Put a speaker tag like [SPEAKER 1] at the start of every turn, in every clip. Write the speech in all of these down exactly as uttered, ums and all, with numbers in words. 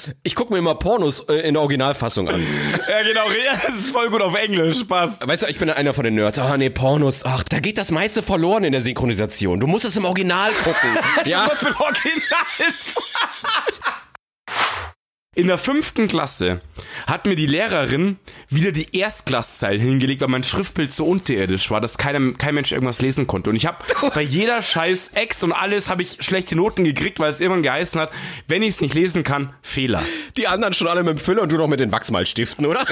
[SPEAKER 1] Ich gucke mir immer Pornos äh, in der Originalfassung an.
[SPEAKER 2] Ja, genau, das ist voll gut auf Englisch, Spaß.
[SPEAKER 1] Weißt du, ich bin einer von den Nerds. Ah, nee, Pornos, ach, da geht das meiste verloren in der Synchronisation. Du musst es im Original gucken. Ja.
[SPEAKER 2] Du musst im Original. In der fünften Klasse hat mir die Lehrerin wieder die Erstklasszeilen hingelegt, weil mein Schriftbild so unterirdisch war, dass keiner, kein Mensch irgendwas lesen konnte. Und ich habe bei jeder scheiß Ex und alles habe ich schlechte Noten gekriegt, weil es irgendwann geheißen hat, wenn ich es nicht lesen kann, Fehler.
[SPEAKER 1] Die anderen schon alle mit dem Füller und du noch mit den Wachsmalstiften, oder?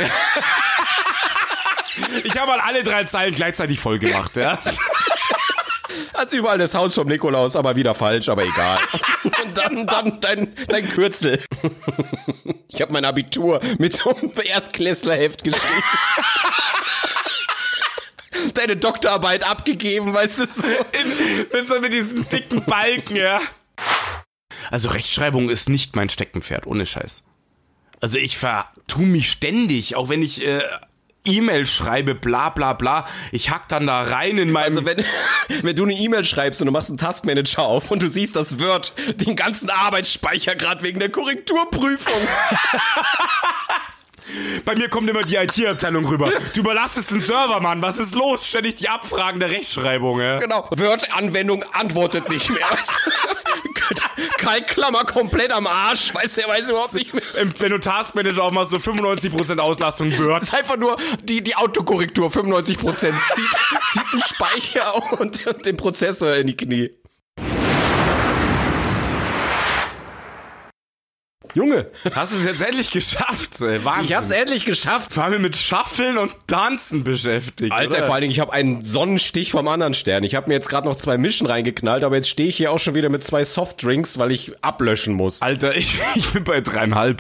[SPEAKER 2] Ich habe mal alle drei Zeilen gleichzeitig voll gemacht, ja.
[SPEAKER 1] Also überall das Haus vom Nikolaus, aber wieder falsch, aber egal. Und dann, dann dein, dein Kürzel. Ich habe mein Abitur mit so einem Erstklässlerheft geschrieben. Deine Doktorarbeit abgegeben, weißt du so.
[SPEAKER 2] In, mit so mit diesen dicken Balken, ja. Also Rechtschreibung ist nicht mein Steckenpferd, ohne Scheiß. Also ich vertu mich ständig, auch wenn ich äh, E-Mail schreibe, bla bla bla. Ich hack dann da rein in meinem...
[SPEAKER 1] Also wenn, wenn du eine E-Mail schreibst und du machst einen Taskmanager auf und du siehst, das Word den ganzen Arbeitsspeicher gerade wegen der Korrekturprüfung.
[SPEAKER 2] Bei mir kommt immer die I T-Abteilung rüber. Du überlastest den Server, Mann. Was ist los? Ständig die Abfragen der Rechtschreibung, ja.
[SPEAKER 1] Genau. Word-Anwendung antwortet nicht mehr. Kalkklammer komplett am Arsch. Weißt du, er weiß überhaupt nicht mehr.
[SPEAKER 2] Wenn du Taskmanager aufmachst, so fünfundneunzig Prozent Auslastung Word.
[SPEAKER 1] Das ist einfach nur die, die Autokorrektur, fünfundneunzig Prozent. Zieht, zieht einen Speicher und den Prozessor in die Knie.
[SPEAKER 2] Junge, hast du es jetzt endlich geschafft? Wahnsinn.
[SPEAKER 1] Ich hab's endlich geschafft.
[SPEAKER 2] Waren wir mit Schaffeln und Tanzen beschäftigt,
[SPEAKER 1] Alter,
[SPEAKER 2] oder?
[SPEAKER 1] Vor allen Dingen, ich habe einen Sonnenstich vom anderen Stern. Ich habe mir jetzt gerade noch zwei Mischen reingeknallt, aber jetzt stehe ich hier auch schon wieder mit zwei Softdrinks, weil ich ablöschen muss.
[SPEAKER 2] Alter, ich, ich bin bei dreieinhalb.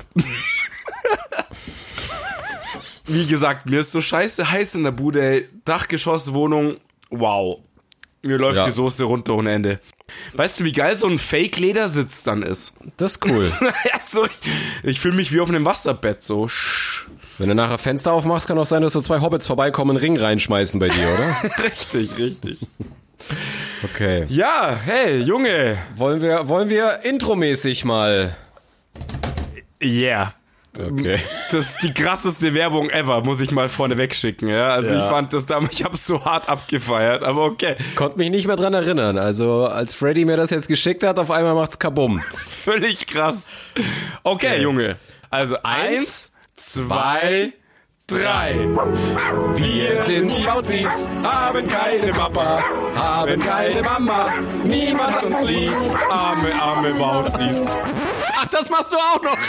[SPEAKER 2] Wie gesagt, mir ist so scheiße heiß in der Bude, ey. Dachgeschosswohnung, wow. Mir läuft
[SPEAKER 1] ja.
[SPEAKER 2] die Soße runter ohne Ende. Weißt du, wie geil so ein Fake-Ledersitz dann ist?
[SPEAKER 1] Das ist cool.
[SPEAKER 2] Ja, so, ich fühle mich wie auf einem Wasserbett, so.
[SPEAKER 1] Wenn du nachher Fenster aufmachst, kann auch sein, dass so zwei Hobbits vorbeikommen und einen Ring reinschmeißen bei dir, oder?
[SPEAKER 2] Richtig, richtig.
[SPEAKER 1] Okay.
[SPEAKER 2] Ja, hey, Junge.
[SPEAKER 1] Wollen wir, wollen wir intromäßig mal...
[SPEAKER 2] Yeah.
[SPEAKER 1] Okay.
[SPEAKER 2] Das ist die krasseste Werbung ever, muss ich mal vorne wegschicken, ja. Also ja. ich fand das damals, ich hab's so hart abgefeiert, aber okay.
[SPEAKER 1] Konnte mich nicht mehr dran erinnern. Also als Freddy mir das jetzt geschickt hat, auf einmal macht's kabum.
[SPEAKER 2] Völlig krass. Okay, okay. Junge. Also eins, zwei, drei.
[SPEAKER 1] Wir sind die Bauzis, haben keine Papa, haben keine Mama, niemand hat uns lieb.
[SPEAKER 2] Arme, arme Bauzis.
[SPEAKER 1] Ach, das machst du auch noch.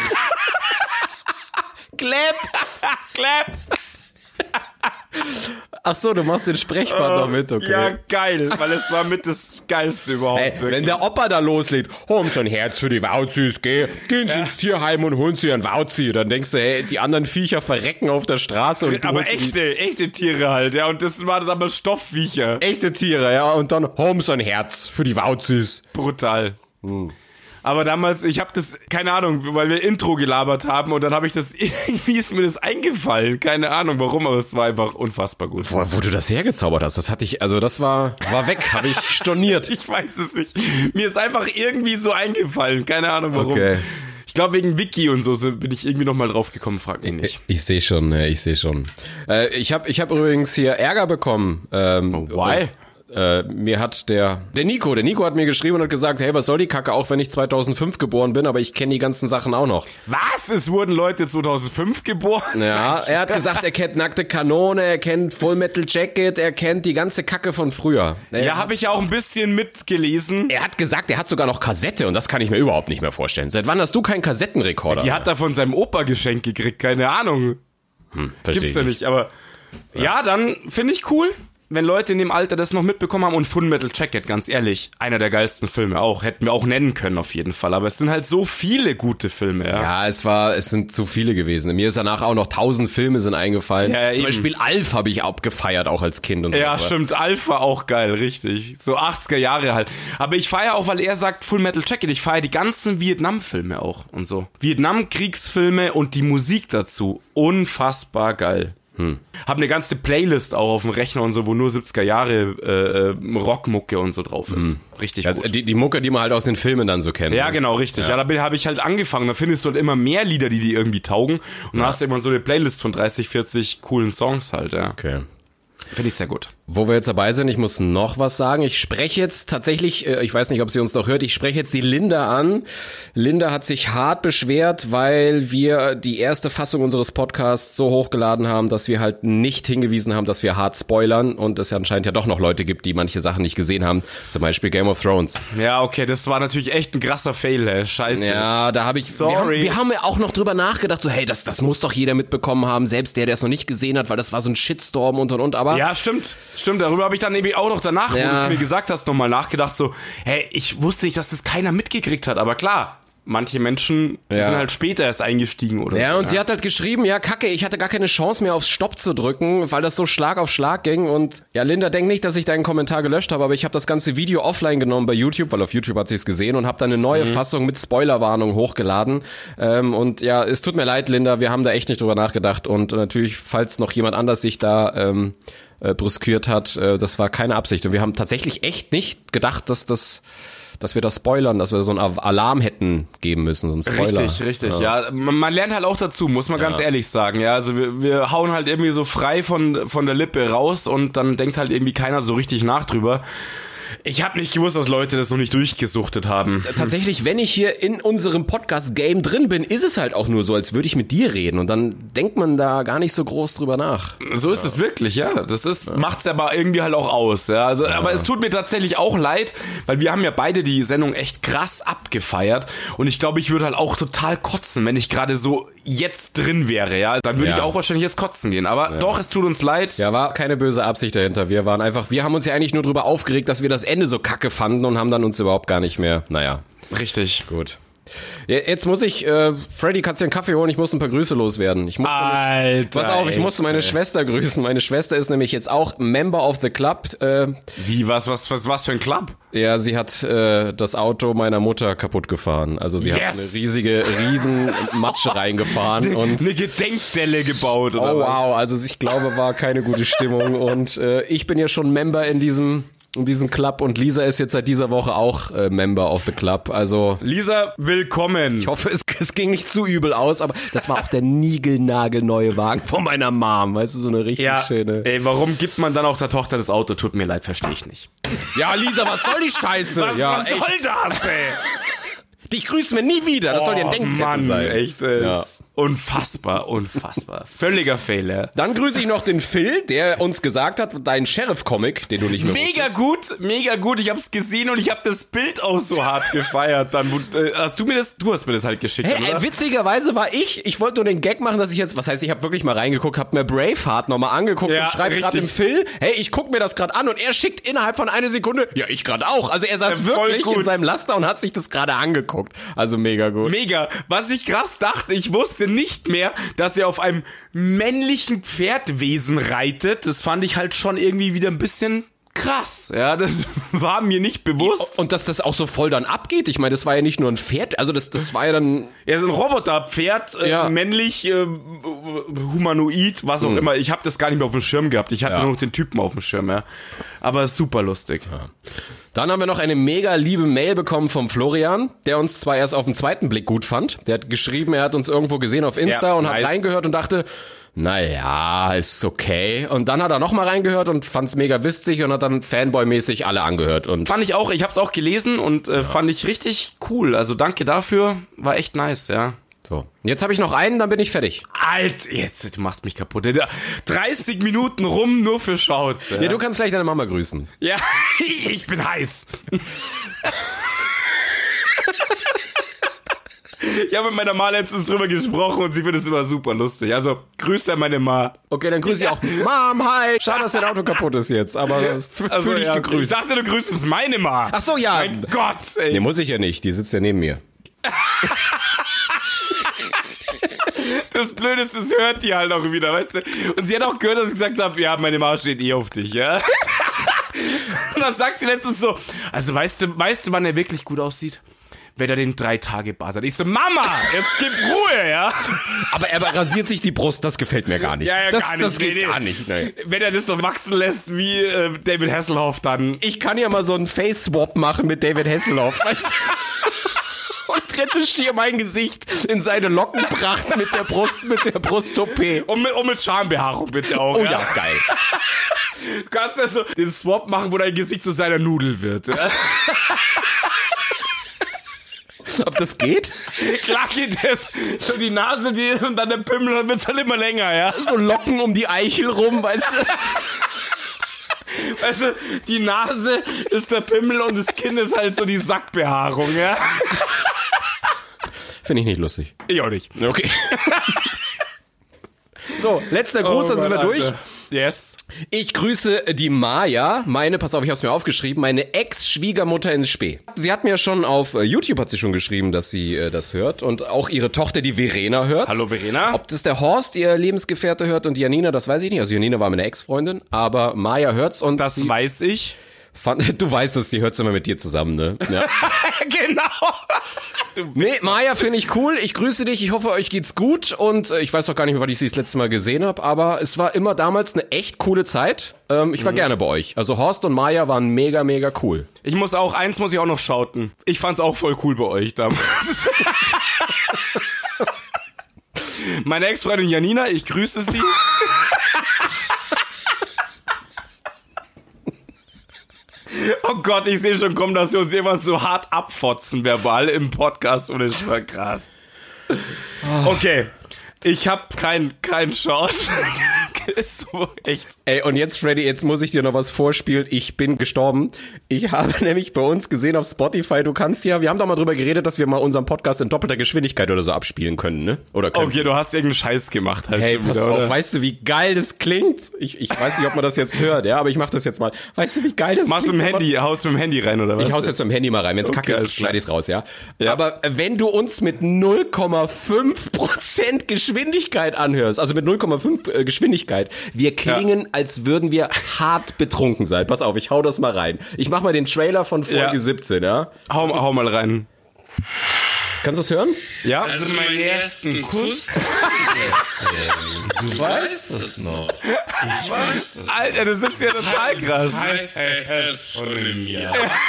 [SPEAKER 1] Clap!
[SPEAKER 2] Clap!
[SPEAKER 1] Ach so, du machst den Sprechband noch mit, okay.
[SPEAKER 2] Ja, geil, weil es war mit das Geilste überhaupt.
[SPEAKER 1] Ey, wenn der Opa da loslegt, haben Sie ein Herz für die Wauzis, geh, gehen Sie ja. ins Tierheim und holen Sie einen Wauzi. Dann denkst du, hey, die anderen Viecher verrecken auf der Straße. Und
[SPEAKER 2] aber echte, echte Tiere halt, ja, und das war damals Stoffviecher.
[SPEAKER 1] Echte Tiere, ja, und dann haben Sie ein Herz für die Wauzis.
[SPEAKER 2] Brutal. Hm. Aber damals, ich habe das, keine Ahnung, weil wir Intro gelabert haben und dann habe ich das, irgendwie ist mir das eingefallen. Keine Ahnung warum, aber es war einfach unfassbar gut.
[SPEAKER 1] Wo, wo du das hergezaubert hast, das hatte ich, also das war, war weg, habe ich storniert.
[SPEAKER 2] Ich weiß es nicht. Mir ist einfach irgendwie so eingefallen, keine Ahnung warum. Okay. Ich glaube wegen Wiki und so bin ich irgendwie nochmal drauf gekommen, frag mich nicht.
[SPEAKER 1] Ich, ich sehe schon, ich sehe schon. Äh, ich habe ich hab übrigens hier Ärger bekommen. Ähm,
[SPEAKER 2] oh, why?
[SPEAKER 1] Äh, mir hat der, der Nico, der Nico hat mir geschrieben und hat gesagt, hey, was soll die Kacke, auch wenn ich zweitausendfünf geboren bin, aber ich kenne die ganzen Sachen auch noch.
[SPEAKER 2] Was? Es wurden Leute zweitausendfünf geboren?
[SPEAKER 1] Ja, er hat gesagt, er kennt Nackte Kanone, er kennt Full Metal Jacket, er kennt die ganze Kacke von früher. Er
[SPEAKER 2] ja, habe ich ja auch ein bisschen mitgelesen.
[SPEAKER 1] Er hat gesagt, er hat sogar noch Kassette und das kann ich mir überhaupt nicht mehr vorstellen. Seit wann hast du keinen Kassettenrekorder?
[SPEAKER 2] Die hat er von seinem Opa geschenkt gekriegt, keine Ahnung.
[SPEAKER 1] Hm,
[SPEAKER 2] Gibt's ja nicht, aber ja, ja dann finde ich cool. Wenn Leute in dem Alter das noch mitbekommen haben und Full Metal Jacket, ganz ehrlich, einer der geilsten Filme auch, hätten wir auch nennen können auf jeden Fall, aber es sind halt so viele gute Filme, ja.
[SPEAKER 1] Ja, es war, es sind zu viele gewesen. Mir ist danach auch noch tausend Filme sind eingefallen. Ja, Zum eben. Beispiel Alf habe ich abgefeiert, auch als Kind und so.
[SPEAKER 2] Ja, stimmt, Alf war auch geil, richtig. So achtziger Jahre halt. Aber ich feiere auch, weil er sagt Full Metal Jacket, ich feiere die ganzen Vietnam-Filme auch und so. Vietnam-Kriegsfilme und die Musik dazu, unfassbar geil. Hm. Hab eine ganze Playlist auch auf dem Rechner und so, wo nur siebziger Jahre äh, Rockmucke und so drauf ist. Hm. Richtig
[SPEAKER 1] also
[SPEAKER 2] gut.
[SPEAKER 1] Die, die Mucke, die man halt aus den Filmen dann so kennt.
[SPEAKER 2] Ja,
[SPEAKER 1] ne?
[SPEAKER 2] genau, richtig. Ja, ja da habe ich halt angefangen. Da findest du halt immer mehr Lieder, die dir irgendwie taugen. Und dann ja. hast du immer so eine Playlist von dreißig, vierzig coolen Songs halt, ja.
[SPEAKER 1] Okay.
[SPEAKER 2] Finde ich sehr gut.
[SPEAKER 1] Wo wir jetzt dabei sind, ich muss noch was sagen. Ich spreche jetzt tatsächlich, ich weiß nicht, ob sie uns noch hört, ich spreche jetzt die Linda an. Linda hat sich hart beschwert, weil wir die erste Fassung unseres Podcasts so hochgeladen haben, dass wir halt nicht hingewiesen haben, dass wir hart spoilern und es ja anscheinend ja doch noch Leute gibt, die manche Sachen nicht gesehen haben. Zum Beispiel Game of Thrones.
[SPEAKER 2] Ja, okay, das war natürlich echt ein krasser Fail, ey. Scheiße.
[SPEAKER 1] Ja, da habe ich,
[SPEAKER 2] Sorry.
[SPEAKER 1] Wir haben, wir haben ja auch noch drüber nachgedacht, so hey, das, das muss doch jeder mitbekommen haben, selbst der, der es noch nicht gesehen hat, weil das war so ein Shitstorm und und und, aber...
[SPEAKER 2] Ja, stimmt. Stimmt, darüber habe ich dann nämlich auch noch danach,
[SPEAKER 1] ja.
[SPEAKER 2] wo du es mir gesagt hast, nochmal nachgedacht, so, hey, ich wusste nicht, dass das keiner mitgekriegt hat, aber klar, manche Menschen ja. sind halt später erst eingestiegen oder
[SPEAKER 1] ja,
[SPEAKER 2] so.
[SPEAKER 1] Und ja, und sie hat halt geschrieben, ja, kacke, ich hatte gar keine Chance mehr aufs Stopp zu drücken, weil das so Schlag auf Schlag ging und ja, Linda, denk nicht, dass ich deinen Kommentar gelöscht habe, aber ich habe das ganze Video offline genommen bei YouTube, weil auf YouTube hat sie es gesehen und habe dann eine neue mhm. Fassung mit Spoilerwarnung hochgeladen ähm, und ja, es tut mir leid, Linda, wir haben da echt nicht drüber nachgedacht und natürlich, falls noch jemand anders sich da ähm, äh, brüskiert hat, äh, das war keine Absicht und wir haben tatsächlich echt nicht gedacht, dass das dass wir das spoilern, dass wir so einen Alarm hätten geben müssen, so einen Spoiler.
[SPEAKER 2] Richtig, richtig, ja. ja. Man, man lernt halt auch dazu, muss man ja. ganz ehrlich sagen, ja. Also wir, wir hauen halt irgendwie so frei von, von der Lippe raus und dann denkt halt irgendwie keiner so richtig nach drüber. Ich habe nicht gewusst, dass Leute das noch nicht durchgesuchtet haben.
[SPEAKER 1] Tatsächlich, wenn ich hier in unserem Podcast-Game drin bin, ist es halt auch nur so, als würde ich mit dir reden. Und dann denkt man da gar nicht so groß drüber nach.
[SPEAKER 2] So ist es ja. wirklich, ja. Das ist, ja. macht's aber irgendwie halt auch aus. Ja. Also, ja. Aber es tut mir tatsächlich auch leid, weil wir haben ja beide die Sendung echt krass abgefeiert. Und ich glaube, ich würde halt auch total kotzen, wenn ich gerade so jetzt drin wäre. Ja, dann würde ja. ich auch wahrscheinlich jetzt kotzen gehen. Aber ja. doch, es tut uns leid.
[SPEAKER 1] Ja, war keine böse Absicht dahinter. Wir waren einfach, wir haben uns ja eigentlich nur drüber aufgeregt, dass wir das Ende so kacke fanden und haben dann uns überhaupt gar nicht mehr, naja.
[SPEAKER 2] Richtig.
[SPEAKER 1] Gut. Jetzt muss ich, äh, Freddy, kannst du dir einen Kaffee holen? Ich muss ein paar Grüße loswerden. Ich muss
[SPEAKER 2] Alter,
[SPEAKER 1] nämlich, pass auf, ich musste meine
[SPEAKER 2] ey.
[SPEAKER 1] Schwester grüßen. Meine Schwester ist nämlich jetzt auch Member of the Club. Äh,
[SPEAKER 2] Wie, was, was, was, was für ein Club?
[SPEAKER 1] Ja, sie hat äh, das Auto meiner Mutter kaputt gefahren. Also sie
[SPEAKER 2] yes.
[SPEAKER 1] hat eine riesige, riesen Matsche reingefahren und
[SPEAKER 2] eine Gedenkdelle gebaut oder
[SPEAKER 1] oh,
[SPEAKER 2] was?
[SPEAKER 1] wow, also ich glaube, war keine gute Stimmung und äh, ich bin ja schon Member in diesem in diesem Club und Lisa ist jetzt seit dieser Woche auch äh, Member of the Club. Also
[SPEAKER 2] Lisa, willkommen.
[SPEAKER 1] Ich hoffe, es, es ging nicht zu übel aus, aber das war auch der niegelnagelneue Wagen von meiner Mom. Weißt du, so eine richtig
[SPEAKER 2] ja,
[SPEAKER 1] schöne.
[SPEAKER 2] Ey, warum gibt man dann auch der Tochter das Auto? Tut mir leid, verstehe ich nicht.
[SPEAKER 1] Ja, Lisa, was soll die Scheiße?
[SPEAKER 2] Was,
[SPEAKER 1] ja,
[SPEAKER 2] was soll das, ey?
[SPEAKER 1] Dich grüßen wir nie wieder. Das oh, soll dir ein Denkzettel
[SPEAKER 2] Mann,
[SPEAKER 1] sein.
[SPEAKER 2] Echt, ey. Ja. Unfassbar, unfassbar. Völliger Fehler.
[SPEAKER 1] Dann grüße ich noch den Phil, der uns gesagt hat, dein Sheriff-Comic, den du nicht mehr
[SPEAKER 2] Mega
[SPEAKER 1] wusstest.
[SPEAKER 2] gut, mega gut. Ich hab's gesehen und ich hab das Bild auch so hart gefeiert. Dann äh, hast du mir das, du hast mir das halt geschickt,
[SPEAKER 1] hey,
[SPEAKER 2] oder?
[SPEAKER 1] Ey, witzigerweise war ich, ich wollte nur den Gag machen, dass ich jetzt, was heißt, ich habe wirklich mal reingeguckt, hab mir Braveheart nochmal angeguckt
[SPEAKER 2] ja,
[SPEAKER 1] und schreibe gerade dem Phil, hey, ich guck mir das gerade an und er schickt innerhalb von einer Sekunde, ja, ich gerade auch. Also er saß
[SPEAKER 2] ja,
[SPEAKER 1] wirklich
[SPEAKER 2] gut.
[SPEAKER 1] in seinem Laster und hat sich das gerade angeguckt. Also mega gut.
[SPEAKER 2] Mega. Was ich krass dachte, ich wusste nicht mehr, dass er auf einem männlichen Pferdwesen reitet. Das fand ich halt schon irgendwie wieder ein bisschen krass. Ja, das war mir nicht bewusst.
[SPEAKER 1] Und dass das auch so voll dann abgeht. Ich meine, das war ja nicht nur ein Pferd, also das, das war ja dann...
[SPEAKER 2] Er ist ein Roboterpferd, äh,
[SPEAKER 1] ja.
[SPEAKER 2] männlich, äh, humanoid, was auch mhm. immer. Ich habe das gar nicht mehr auf dem Schirm gehabt. Ich hatte ja. nur noch den Typen auf dem Schirm, ja. Aber super lustig. Ja.
[SPEAKER 1] Dann haben wir noch eine mega liebe Mail bekommen vom Florian, der uns zwar erst auf den zweiten Blick gut fand. Der hat geschrieben, er hat uns irgendwo gesehen auf Insta ja, und nice. hat reingehört und dachte, naja, ist okay. Und dann hat er nochmal reingehört und fand's mega witzig und hat dann Fanboy-mäßig alle angehört. Und
[SPEAKER 2] fand ich auch, ich hab's auch gelesen und äh, ja. fand ich richtig cool. Also danke dafür, war echt nice, ja.
[SPEAKER 1] So, jetzt habe ich noch einen, dann bin ich fertig.
[SPEAKER 2] Alter, jetzt, du machst mich kaputt. dreißig Minuten rum nur für Schauz. Ja,
[SPEAKER 1] ja du kannst gleich deine Mama grüßen.
[SPEAKER 2] Ja, ich bin heiß. Ich habe mit meiner Ma letztens drüber gesprochen und sie findet es immer super lustig. Also, grüß an meine Ma.
[SPEAKER 1] Okay, dann grüße ich auch. Mom, hi. Schade, dass dein Auto kaputt ist jetzt, aber f-
[SPEAKER 2] also,
[SPEAKER 1] fühl dich
[SPEAKER 2] ja,
[SPEAKER 1] gegrüßt.
[SPEAKER 2] Ich dachte, du grüßt meine Ma.
[SPEAKER 1] Ach so, ja.
[SPEAKER 2] Mein Gott, ey.
[SPEAKER 1] Nee, muss ich ja nicht. Die sitzt ja neben mir.
[SPEAKER 2] Das Blöde ist, das hört die halt auch wieder, weißt du? Und sie hat auch gehört, dass ich gesagt habe, ja, meine Ma steht eh auf dich, ja? Und dann sagt sie letztens so, also weißt du, weißt du, wann er wirklich gut aussieht? wenn er den Drei-Tage-Bart hat. Ich so, Mama, jetzt gib Ruhe, ja.
[SPEAKER 1] Aber er rasiert sich die Brust, das gefällt mir gar nicht.
[SPEAKER 2] Ja, ja,
[SPEAKER 1] das,
[SPEAKER 2] gar nicht.
[SPEAKER 1] Das geht
[SPEAKER 2] nee, nee.
[SPEAKER 1] gar nicht. Nee.
[SPEAKER 2] Wenn er das noch wachsen lässt wie äh, David Hasselhoff, dann...
[SPEAKER 1] Ich kann ja mal so einen Face-Swap machen mit David Hasselhoff, weißt du? Und retuschiere mein Gesicht in seine Lockenpracht mit der Brust, mit der Brust-Toupet.
[SPEAKER 2] Und mit, und mit Schambehaarung bitte auch.
[SPEAKER 1] Oh
[SPEAKER 2] ja,
[SPEAKER 1] ja, geil.
[SPEAKER 2] Du kannst ja so den Swap machen, wo dein Gesicht zu seiner Nudel wird. Ja?
[SPEAKER 1] Ob das geht?
[SPEAKER 2] Klar geht das. So die Nase die, und dann der Pimmel, dann wird's halt immer länger, ja.
[SPEAKER 1] So Locken um die Eichel rum, weißt du?
[SPEAKER 2] Weißt du, die Nase ist der Pimmel und das Kinn ist halt so die Sackbehaarung, ja.
[SPEAKER 1] Finde ich nicht lustig.
[SPEAKER 2] Ich auch nicht.
[SPEAKER 1] Okay. So, letzter Gruß,
[SPEAKER 2] Oh
[SPEAKER 1] da sind wir
[SPEAKER 2] Mann,
[SPEAKER 1] durch.
[SPEAKER 2] Alter. Yes.
[SPEAKER 1] Ich grüße die Maja, meine, pass auf, ich hab's mir aufgeschrieben, meine Ex-Schwiegermutter in Spee. Sie hat mir schon auf YouTube, hat sie schon geschrieben, dass sie äh, das hört und auch ihre Tochter, die Verena, hört.
[SPEAKER 2] Hallo Verena.
[SPEAKER 1] Ob das der Horst, ihr Lebensgefährte, hört und die Janina, das weiß ich nicht. Also Janina war meine Ex-Freundin, aber Maja hört's und
[SPEAKER 2] Das
[SPEAKER 1] sie
[SPEAKER 2] weiß ich.
[SPEAKER 1] fand, du weißt es, die hört's immer mit dir zusammen, ne? Ja.
[SPEAKER 2] Genau.
[SPEAKER 1] Nee, Maja, finde ich cool. Ich grüße dich. Ich hoffe, euch geht's gut. Und äh, ich weiß doch gar nicht mehr, wann ich sie das letzte Mal gesehen habe. Aber es war immer damals eine echt coole Zeit. Ähm, ich war mhm. gerne bei euch. Also Horst und Maja waren mega, mega cool.
[SPEAKER 2] Ich muss auch, eins muss ich auch noch schauten. Ich fand's auch voll cool bei euch damals. Meine Ex-Freundin Janina, ich grüße sie. Oh Gott, ich sehe schon kommen, dass wir uns jemand so hart abfotzen verbal im Podcast und es war krass. Okay, ich habe kein kein Chance. Ist so echt.
[SPEAKER 1] Ey, und jetzt, Freddy, jetzt muss ich dir noch was vorspielen. Ich bin gestorben. Ich habe nämlich bei uns gesehen auf Spotify, du kannst ja, wir haben doch mal drüber geredet, dass wir mal unseren Podcast in doppelter Geschwindigkeit oder so abspielen können, ne? Oder können.
[SPEAKER 2] Okay, du hast irgendeinen Scheiß gemacht halt.
[SPEAKER 1] Hey,
[SPEAKER 2] schon
[SPEAKER 1] pass
[SPEAKER 2] wieder,
[SPEAKER 1] auf,
[SPEAKER 2] oder?
[SPEAKER 1] weißt du, wie geil das klingt? Ich, ich weiß nicht, ob man das jetzt hört, ja, aber ich mach das jetzt mal. Weißt du, wie geil das
[SPEAKER 2] Machst
[SPEAKER 1] klingt?
[SPEAKER 2] du mit dem Handy, haust du mit dem Handy rein, oder was?
[SPEAKER 1] Ich hau's jetzt mit dem Handy mal rein. Wenn's
[SPEAKER 2] Okay,
[SPEAKER 1] kacke ist,
[SPEAKER 2] alles klar.
[SPEAKER 1] schneide ich's raus, ja?
[SPEAKER 2] Ja.
[SPEAKER 1] Aber wenn du uns mit null Komma fünf Prozent Geschwindigkeit anhörst, also mit null Komma fünf äh, Geschwindigkeit, wir klingen, ja. als würden wir hart betrunken sein. Pass auf, ich hau das mal rein. Ich mach mal den Trailer von Folge
[SPEAKER 2] Ja.
[SPEAKER 1] siebzehn, ja?
[SPEAKER 2] Hau, hau mal rein.
[SPEAKER 1] Kannst du es hören?
[SPEAKER 2] Ja?
[SPEAKER 3] Also meinen ersten Kuss kann ich erzählen. Du weißt es noch. Ich weiß es.
[SPEAKER 2] Alter, das ist ja total krass.
[SPEAKER 3] Hi, hey, Herz von mir.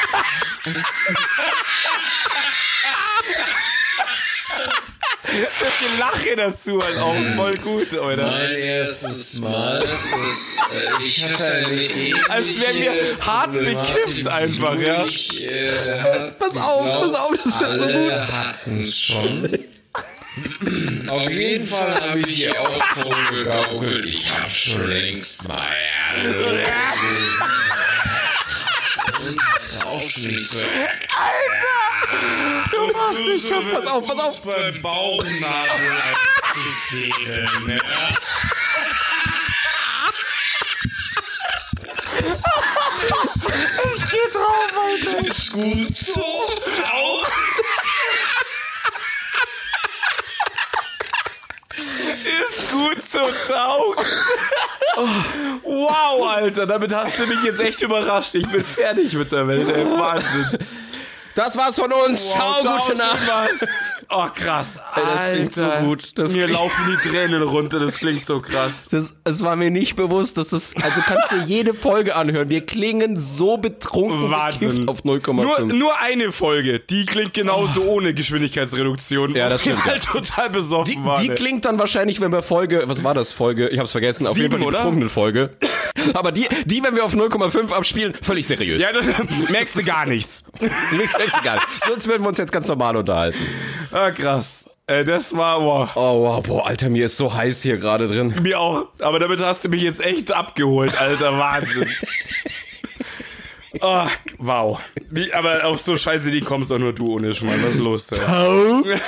[SPEAKER 2] Das Gelache dazu halt auch voll gut, oder?
[SPEAKER 3] Mein erstes Mal, das, äh, ich hatte eine ähnliche
[SPEAKER 2] Als wären wir hart bekifft einfach, ja.
[SPEAKER 3] Ich, äh, hat,
[SPEAKER 1] Pass auf,
[SPEAKER 3] glaub,
[SPEAKER 1] pass auf, das wird so gut.
[SPEAKER 3] alle hatten es schon. Auf jeden Fall habe ich hier auch vorgegaukelt. Ich hab schon längst mal und das auch schon nicht so.
[SPEAKER 1] Du machst dich kaputt. Pass auf, pass auf.
[SPEAKER 3] Beim Bauchnabel einzufädeln, ne?
[SPEAKER 1] Ich geh drauf, Alter.
[SPEAKER 3] Ist gut so. Taucht.
[SPEAKER 2] Ist gut so taugt. Wow, Alter, damit hast du mich jetzt echt überrascht. Ich bin fertig mit der Welt, ey. Wahnsinn.
[SPEAKER 1] Das war's von uns. Ciao, gute Nacht.
[SPEAKER 2] Was. Oh, krass.
[SPEAKER 1] Ey, das
[SPEAKER 2] Alter.
[SPEAKER 1] klingt so gut. Das
[SPEAKER 2] Mir
[SPEAKER 1] klingt-
[SPEAKER 2] laufen die Tränen runter, das klingt so krass.
[SPEAKER 1] Das, es war mir nicht bewusst, dass es, also kannst du jede Folge anhören. Wir klingen so betrunken
[SPEAKER 2] Wahnsinn.
[SPEAKER 1] bekifft auf null Komma
[SPEAKER 2] Nur,
[SPEAKER 1] fünf.
[SPEAKER 2] nur eine Folge, die klingt genauso ohne Geschwindigkeitsreduktion.
[SPEAKER 1] Ja, das
[SPEAKER 2] wo
[SPEAKER 1] stimmt,
[SPEAKER 2] wir
[SPEAKER 1] ja.
[SPEAKER 2] halt total besoffen
[SPEAKER 1] Die,
[SPEAKER 2] waren.
[SPEAKER 1] die
[SPEAKER 2] ey.
[SPEAKER 1] klingt dann wahrscheinlich, wenn wir Folge, was war das Folge? Ich hab's vergessen, auf jeden Fall
[SPEAKER 2] Sieben,
[SPEAKER 1] die
[SPEAKER 2] oder?
[SPEAKER 1] betrunkenen Folge. Aber die, die, wenn wir auf null Komma fünf abspielen, völlig seriös.
[SPEAKER 2] Ja, dann merkst du gar nichts.
[SPEAKER 1] Nichts, nichts egal. Sonst würden wir uns jetzt ganz normal unterhalten.
[SPEAKER 2] Ah, krass. Äh, das war, wow.
[SPEAKER 1] Oh wow, boah, Alter, mir ist so heiß hier gerade drin.
[SPEAKER 2] Mir auch. Aber damit hast du mich jetzt echt abgeholt, Alter. Wahnsinn. Oh, wow. Wie, aber auf so Scheiße, die kommst auch nur du ohne Schmarrn. Was ist los? Ey?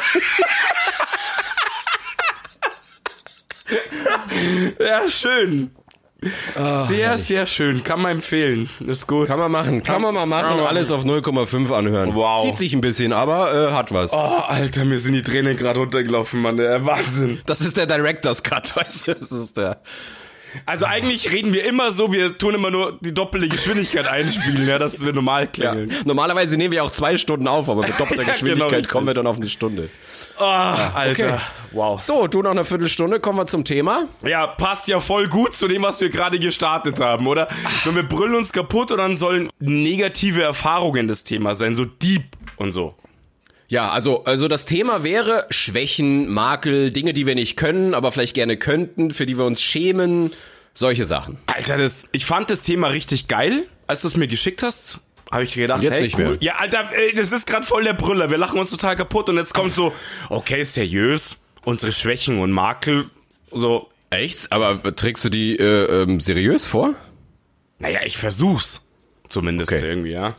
[SPEAKER 2] Ja, schön. Sehr, sehr schön. Kann man empfehlen. Ist gut.
[SPEAKER 1] Kann man machen, kann man mal machen,
[SPEAKER 2] Kann man
[SPEAKER 1] alles auf null Komma fünf anhören.
[SPEAKER 2] Wow.
[SPEAKER 1] Zieht sich ein bisschen, aber äh, hat was.
[SPEAKER 2] Oh, Alter, mir sind die Tränen gerade runtergelaufen, Mann. Der Wahnsinn.
[SPEAKER 1] Das ist der Director's Cut, weißt du? Das ist der...
[SPEAKER 2] Also eigentlich reden wir immer so, wir tun immer nur die doppelte Geschwindigkeit einspielen, ja, dass wir normal klingeln.
[SPEAKER 1] Ja. Normalerweise nehmen wir auch zwei Stunden auf, aber mit doppelter Geschwindigkeit
[SPEAKER 2] genau,
[SPEAKER 1] kommen wir dann auf eine Stunde.
[SPEAKER 2] Oh, Alter,
[SPEAKER 1] okay.
[SPEAKER 2] wow.
[SPEAKER 1] So, du noch eine Viertelstunde, kommen wir zum Thema.
[SPEAKER 2] Ja, passt ja voll gut zu dem, was wir gerade gestartet haben, oder? So, wir brüllen uns kaputt und dann sollen negative Erfahrungen das Thema sein, so deep und so.
[SPEAKER 1] Ja, also, also das Thema wäre Schwächen, Makel, Dinge, die wir nicht können, aber vielleicht gerne könnten, für die wir uns schämen, solche Sachen.
[SPEAKER 2] Alter, das, ich fand das Thema richtig geil, als du es mir geschickt hast. Habe ich gedacht,
[SPEAKER 1] jetzt
[SPEAKER 2] hey,
[SPEAKER 1] nicht
[SPEAKER 2] cool.
[SPEAKER 1] mehr.
[SPEAKER 2] Ja, Alter, ey, das ist gerade voll der Brüller. Wir lachen uns total kaputt und jetzt kommt so, okay, seriös, unsere Schwächen und Makel, so.
[SPEAKER 1] Echt? Aber trägst du die äh, ähm, seriös vor?
[SPEAKER 2] Naja, ich versuch's. Zumindest
[SPEAKER 1] Okay.
[SPEAKER 2] irgendwie, ja.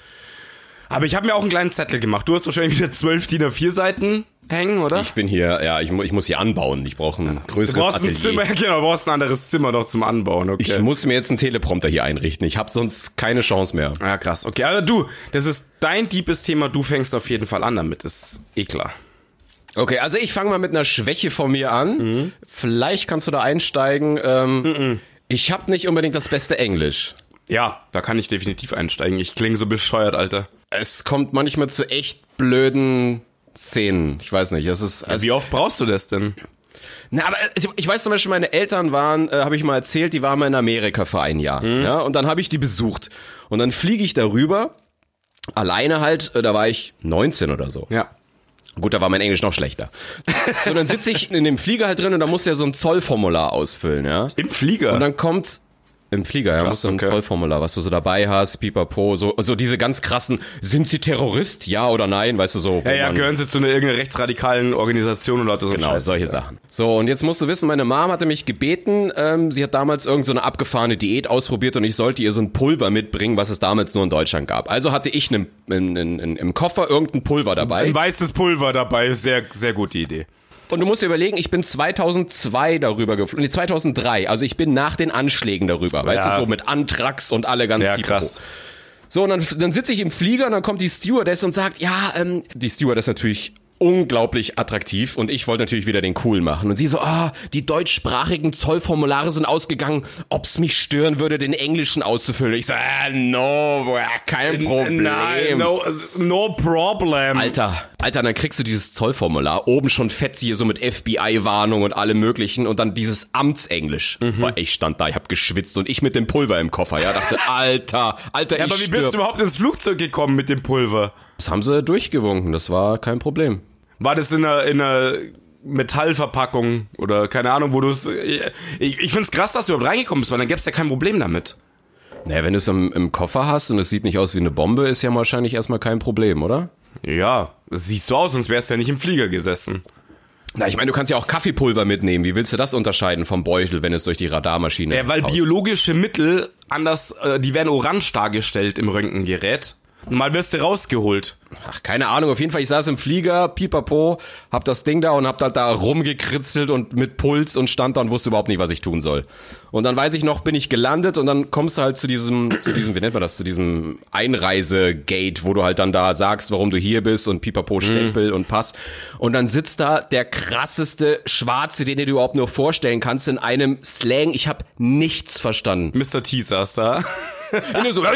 [SPEAKER 2] Aber ich habe mir auch einen kleinen Zettel gemacht. Du hast wahrscheinlich wieder zwölf D I N A vier Seiten hängen, oder?
[SPEAKER 1] Ich bin hier, ja, ich, mu- ich muss hier anbauen. Ich brauche ein
[SPEAKER 2] Du
[SPEAKER 1] größeres
[SPEAKER 2] brauchst ein
[SPEAKER 1] Atelier.
[SPEAKER 2] Zimmer, genau, du brauchst ein anderes Zimmer noch zum Anbauen, okay.
[SPEAKER 1] Ich muss mir jetzt einen Teleprompter hier einrichten. Ich habe sonst keine Chance mehr.
[SPEAKER 2] Ja, krass. Okay, also du, das ist dein deepes Thema. Du fängst auf jeden Fall an damit. Ist eh klar.
[SPEAKER 1] Okay, also ich fange mal mit einer Schwäche von mir an. Mhm. Vielleicht kannst du da einsteigen. Ähm, mhm. Ich habe nicht unbedingt das beste Englisch.
[SPEAKER 2] Ja, da kann ich definitiv einsteigen. Ich klinge so bescheuert, Alter.
[SPEAKER 1] Es kommt manchmal zu echt blöden Szenen. Ich weiß nicht, es ist... Es
[SPEAKER 2] Wie oft brauchst du das denn?
[SPEAKER 1] Na, aber ich, ich weiß zum Beispiel, meine Eltern waren, äh, habe ich mal erzählt, die waren mal in Amerika für ein Jahr. Mhm. Ja, und dann habe ich die besucht. Und dann fliege ich darüber, alleine halt, äh, da war ich neunzehn oder so.
[SPEAKER 2] Ja.
[SPEAKER 1] Gut, da war mein Englisch noch schlechter. So, dann sitze ich in dem Flieger halt drin und da musst du ja so ein Zollformular ausfüllen, ja.
[SPEAKER 2] Im Flieger?
[SPEAKER 1] Und dann kommt... Im Flieger, ja, musst du ein
[SPEAKER 2] okay.
[SPEAKER 1] Zollformular, was du so dabei hast, pipapo, so, so diese ganz krassen, sind sie Terrorist, ja oder nein, weißt du, so.
[SPEAKER 2] Ja, ja,
[SPEAKER 1] man,
[SPEAKER 2] gehören sie zu einer irgendeiner rechtsradikalen Organisation oder so.
[SPEAKER 1] Genau,
[SPEAKER 2] Scheiß.
[SPEAKER 1] solche ja. Sachen. So, und jetzt musst du wissen, meine Mom hatte mich gebeten, ähm, sie hat damals irgend so eine abgefahrene Diät ausprobiert und ich sollte ihr so ein Pulver mitbringen, was es damals nur in Deutschland gab. Also hatte ich ne, in, in, in, im Koffer irgendein Pulver dabei.
[SPEAKER 2] Ein weißes Pulver dabei, sehr, sehr gute Idee.
[SPEAKER 1] Und du musst dir überlegen, ich bin zweitausendzwei darüber geflogen, nee, zweitausenddrei, also ich bin nach den Anschlägen darüber, weißt
[SPEAKER 2] ja.
[SPEAKER 1] du, so mit Anthrax und alle ganz
[SPEAKER 2] Ja,
[SPEAKER 1] Pipapo.
[SPEAKER 2] krass.
[SPEAKER 1] So, und dann, dann sitze ich im Flieger und dann kommt die Stewardess und sagt, ja, ähm, die Stewardess natürlich unglaublich attraktiv und ich wollte natürlich wieder den cool machen. Und sie so, ah, die deutschsprachigen Zollformulare sind ausgegangen, ob's mich stören würde, den englischen auszufüllen. Ich so, ah, no, kein Problem.
[SPEAKER 2] Nein, no, no problem.
[SPEAKER 1] Alter, Alter, dann kriegst du dieses Zollformular, oben schon fett hier so mit F B I-Warnung und allem möglichen und dann dieses Amtsenglisch. Mhm. Boah, ich stand da, ich hab geschwitzt und ich mit dem Pulver im Koffer, ja, dachte, Alter, Alter,
[SPEAKER 2] ja,
[SPEAKER 1] ich
[SPEAKER 2] aber wie
[SPEAKER 1] stirb.
[SPEAKER 2] bist du überhaupt ins Flugzeug gekommen mit dem Pulver?
[SPEAKER 1] Das haben sie durchgewunken, das war kein Problem.
[SPEAKER 2] War das in einer, in einer Metallverpackung oder keine Ahnung, wo du es... Ich, ich find's krass, dass du überhaupt reingekommen bist, weil dann gäb's ja kein Problem damit.
[SPEAKER 1] Naja, wenn du es im, im Koffer hast und es sieht nicht aus wie eine Bombe, ist ja wahrscheinlich erstmal kein Problem, oder?
[SPEAKER 2] Ja, das sieht so aus, sonst wärst du ja nicht im Flieger gesessen.
[SPEAKER 1] Na, ich meine, du kannst ja auch Kaffeepulver mitnehmen. Wie willst du das unterscheiden vom Beutel, wenn es durch die Radarmaschine...
[SPEAKER 2] Ja, weil
[SPEAKER 1] haust?
[SPEAKER 2] biologische Mittel anders, äh, die werden orange dargestellt im Röntgengerät. Mal wirst du rausgeholt.
[SPEAKER 1] Ach, keine Ahnung, auf jeden Fall, ich saß im Flieger, pipapo, hab das Ding da und hab da, da rumgekritzelt und mit Puls und stand da und wusste überhaupt nicht, was ich tun soll. Und dann weiß ich noch, bin ich gelandet und dann kommst du halt zu diesem, zu diesem, wie nennt man das, zu diesem Einreisegate, wo du halt dann da sagst, warum du hier bist und pipapo, Stempel mhm. und Pass. Und dann sitzt da der krasseste Schwarze, den du dir überhaupt nur vorstellen kannst, in einem Slang, ich hab nichts verstanden.
[SPEAKER 2] Mister T saß da.
[SPEAKER 1] Und, so,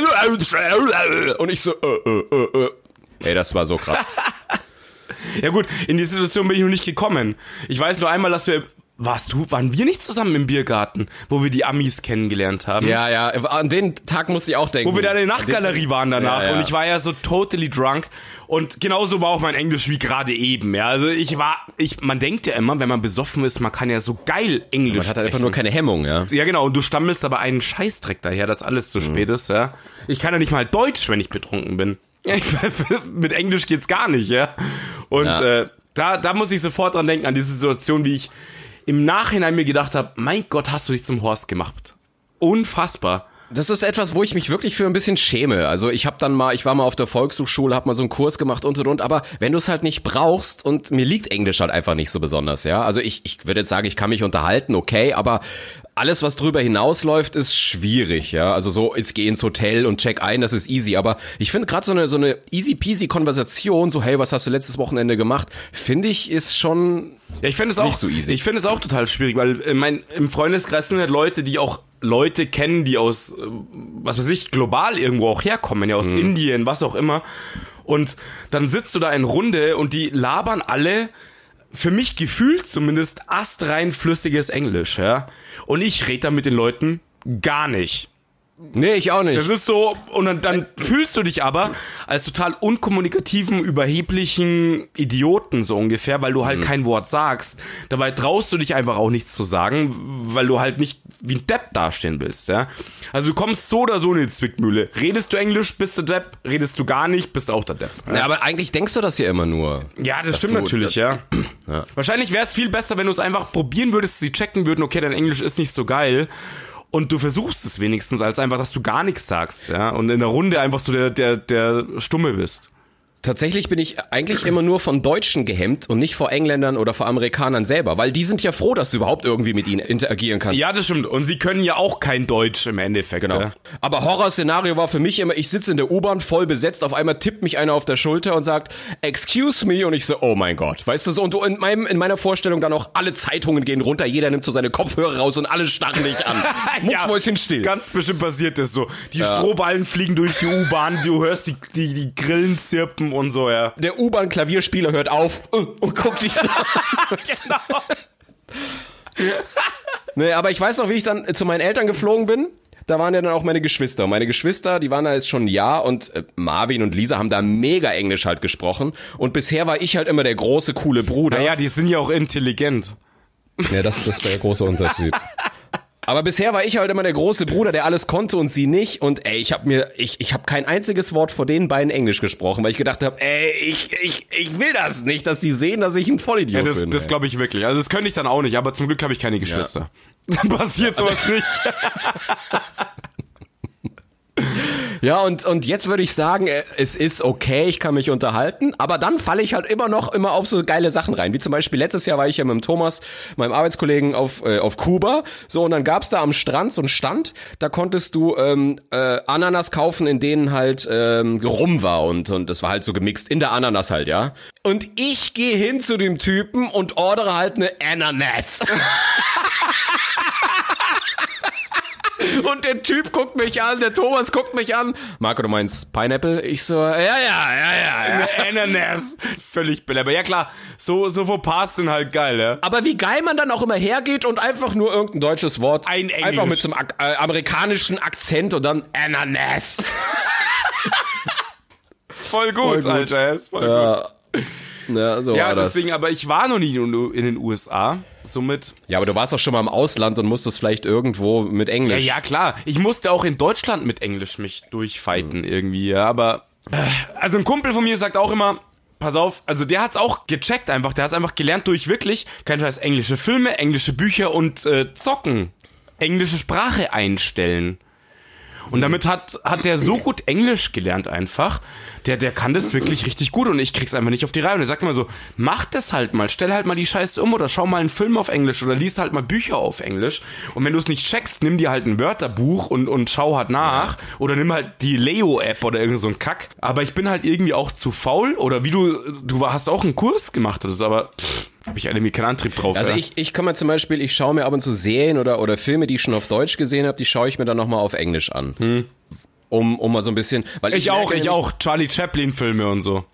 [SPEAKER 1] und ich so, äh, äh, äh, äh. Ey, das war so krass.
[SPEAKER 2] Ja gut, in die Situation bin ich noch nicht gekommen. Ich weiß nur einmal, dass wir... Warst du? Waren wir nicht zusammen im Biergarten, wo wir die Amis kennengelernt haben?
[SPEAKER 1] Ja, ja, an den Tag musste ich auch denken.
[SPEAKER 2] Wo wir da in der Nachtgalerie waren danach
[SPEAKER 1] ja, ja.
[SPEAKER 2] und ich war ja so totally drunk und genauso war auch mein Englisch wie gerade eben, ja. Also ich war, ich, man denkt ja immer, wenn man besoffen ist, man kann ja so geil Englisch
[SPEAKER 1] Man hat halt einfach nur keine Hemmung, ja.
[SPEAKER 2] Ja genau, und du stammelst aber einen Scheißdreck daher, dass alles zu spät ist, ja. Ich kann ja nicht mal Deutsch, wenn ich betrunken bin. Ja, ich, mit Englisch geht's gar nicht, ja. Und
[SPEAKER 1] ja.
[SPEAKER 2] äh, da, da muss ich sofort dran denken, an diese Situation, wie ich im Nachhinein mir gedacht habe, mein Gott, hast du dich zum Horst gemacht. Unfassbar.
[SPEAKER 1] Das ist etwas, wo ich mich wirklich für ein bisschen schäme. Also ich habe dann mal, ich war mal auf der Volkshochschule, habe mal so einen Kurs gemacht und und und, aber wenn du es halt nicht brauchst und mir liegt Englisch halt einfach nicht so besonders, ja. Also ich, ich würde jetzt sagen, ich kann mich unterhalten, okay, aber alles, was drüber hinausläuft, ist schwierig, ja. Also so, ich gehe ins Hotel und check ein, das ist easy, aber ich finde gerade so eine so eine easy peasy Konversation, so hey, was hast du letztes Wochenende gemacht, finde ich, ist schon
[SPEAKER 2] Ja, ich finde es auch
[SPEAKER 1] nicht so easy.
[SPEAKER 2] Ich finde es auch total schwierig, weil äh, mein, im Freundeskreis sind halt Leute, die auch Leute kennen, die aus, äh, was weiß ich, global irgendwo auch herkommen, ja, aus mhm. Indien, was auch immer. Und dann sitzt du da in Runde und die labern alle, für mich gefühlt zumindest, astrein flüssiges Englisch, ja. Und ich rede da mit den Leuten gar nicht.
[SPEAKER 1] Nee, ich auch nicht.
[SPEAKER 2] Das ist so, und dann, dann fühlst du dich aber als total unkommunikativen, überheblichen Idioten so ungefähr, weil du halt mhm. kein Wort sagst. Dabei traust du dich einfach auch nichts zu sagen, weil du halt nicht wie ein Depp dastehen willst, ja. Also du kommst so oder so in die Zwickmühle. Redest du Englisch, bist du Depp. Redest du gar nicht, bist du auch der Depp.
[SPEAKER 1] Ja, ja, aber eigentlich denkst du das ja immer nur.
[SPEAKER 2] Ja, das stimmt du, natürlich, das, ja. ja. Wahrscheinlich wäre es viel besser, wenn du es einfach probieren würdest, sie checken würden, okay, dein Englisch ist nicht so geil. Und du versuchst es wenigstens, als einfach, dass du gar nichts sagst, ja, und in der Runde einfach so der, der, der Stumme bist.
[SPEAKER 1] Tatsächlich bin ich eigentlich immer nur von Deutschen gehemmt und nicht vor Engländern oder vor Amerikanern selber, weil die sind ja froh, dass du überhaupt irgendwie mit ihnen interagieren kannst.
[SPEAKER 2] Ja, das stimmt. Und sie können ja auch kein Deutsch im Endeffekt.
[SPEAKER 1] Genau.
[SPEAKER 2] Ja.
[SPEAKER 1] Aber Horrorszenario war für mich immer, ich sitze in der U-Bahn voll besetzt, auf einmal tippt mich einer auf der Schulter und sagt, excuse me, und ich so, oh mein Gott. Weißt du so, und du in, meinem, in meiner Vorstellung dann auch alle Zeitungen gehen runter, jeder nimmt so seine Kopfhörer raus und alle starren dich an. Mucksmäuschen still.
[SPEAKER 2] Ganz bestimmt passiert das so. Die ja. Strohballen fliegen durch die U-Bahn, du hörst die, die, die Grillen zirpen und so, ja.
[SPEAKER 1] Der U-Bahn-Klavierspieler hört auf und guckt dich so an. Genau. Nee, aber ich weiß noch, wie ich dann zu meinen Eltern geflogen bin. Da waren ja dann auch meine Geschwister. Meine Geschwister, die waren da jetzt schon ein Jahr und äh, Marvin und Lisa haben da mega Englisch halt gesprochen. Und bisher war ich halt immer der große, coole Bruder.
[SPEAKER 2] Naja, die sind ja auch intelligent.
[SPEAKER 1] Ja, das, das ist der große Unterschied. Aber bisher war ich halt immer der große Bruder, der alles konnte und sie nicht. Und ey, ich habe mir, ich, ich habe kein einziges Wort vor den beiden Englisch gesprochen, weil ich gedacht habe, ey, ich, ich, ich will das nicht, dass sie sehen, dass ich ein Vollidiot
[SPEAKER 2] ja, das,
[SPEAKER 1] bin.
[SPEAKER 2] Das glaube ich wirklich. Also das könnte ich dann auch nicht, aber zum Glück habe ich keine Geschwister. Ja. Dann passiert sowas nicht.
[SPEAKER 1] Ja, und, und jetzt würde ich sagen, es ist okay, ich kann mich unterhalten, aber dann falle ich halt immer noch immer auf so geile Sachen rein, wie zum Beispiel letztes Jahr war ich ja mit dem Thomas, meinem Arbeitskollegen, auf, äh, auf Kuba, so, und dann gab's da am Strand so einen Stand, da konntest du ähm, äh, Ananas kaufen, in denen halt ähm, Rum war und, und das war halt so gemixt in der Ananas halt, ja. Und ich gehe hin zu dem Typen und ordere halt eine Ananas. Und der Typ guckt mich an, der Thomas guckt mich an. Marco, du meinst Pineapple? Ich so, ja, ja, ja, ja, ja.
[SPEAKER 2] Ananas. Völlig billig. Aber ja klar, so, so Fauxpas sind halt geil, ja.
[SPEAKER 1] Aber wie geil man dann auch immer hergeht und einfach nur irgendein deutsches Wort.
[SPEAKER 2] Ein Englisch.
[SPEAKER 1] Einfach mit so einem äh, amerikanischen Akzent und dann Ananas.
[SPEAKER 2] Voll gut, voll gut. Alter. Ist voll
[SPEAKER 1] ja.
[SPEAKER 2] gut.
[SPEAKER 1] Ja, so
[SPEAKER 2] ja
[SPEAKER 1] war das.
[SPEAKER 2] Deswegen, aber ich war noch nie in den U S A, somit...
[SPEAKER 1] Ja, aber du warst doch schon mal im Ausland und musstest vielleicht irgendwo mit Englisch.
[SPEAKER 2] Ja, ja, klar. Ich musste auch in Deutschland mit Englisch mich durchfighten mhm. irgendwie, ja, aber... Also ein Kumpel von mir sagt auch immer, pass auf, also der hat's auch gecheckt einfach, der hat's einfach gelernt durch wirklich, kein Scheiß, englische Filme, englische Bücher und äh, zocken. Englische Sprache einstellen. Und damit hat hat der so gut Englisch gelernt einfach, der der kann das wirklich richtig gut und ich krieg's einfach nicht auf die Reihe. Und er sagt immer so, mach das halt mal, stell halt mal die Scheiße um oder schau mal einen Film auf Englisch oder lies halt mal Bücher auf Englisch. Und wenn du es nicht checkst, nimm dir halt ein Wörterbuch und und schau halt nach oder nimm halt die Leo-App oder irgend so ein Kack. Aber ich bin halt irgendwie auch zu faul oder wie du, du hast auch einen Kurs gemacht oder so, aber... Pff, habe ich irgendwie keinen Antrieb drauf.
[SPEAKER 1] Also
[SPEAKER 2] ja.
[SPEAKER 1] ich, ich kann mir zum Beispiel, ich schaue mir ab und zu Serien oder, oder Filme, die ich schon auf Deutsch gesehen habe, die schaue ich mir dann nochmal auf Englisch an. Hm. Um, um mal so ein bisschen... Weil
[SPEAKER 2] ich, ich auch, ich auch. Charlie Chaplin Filme und so.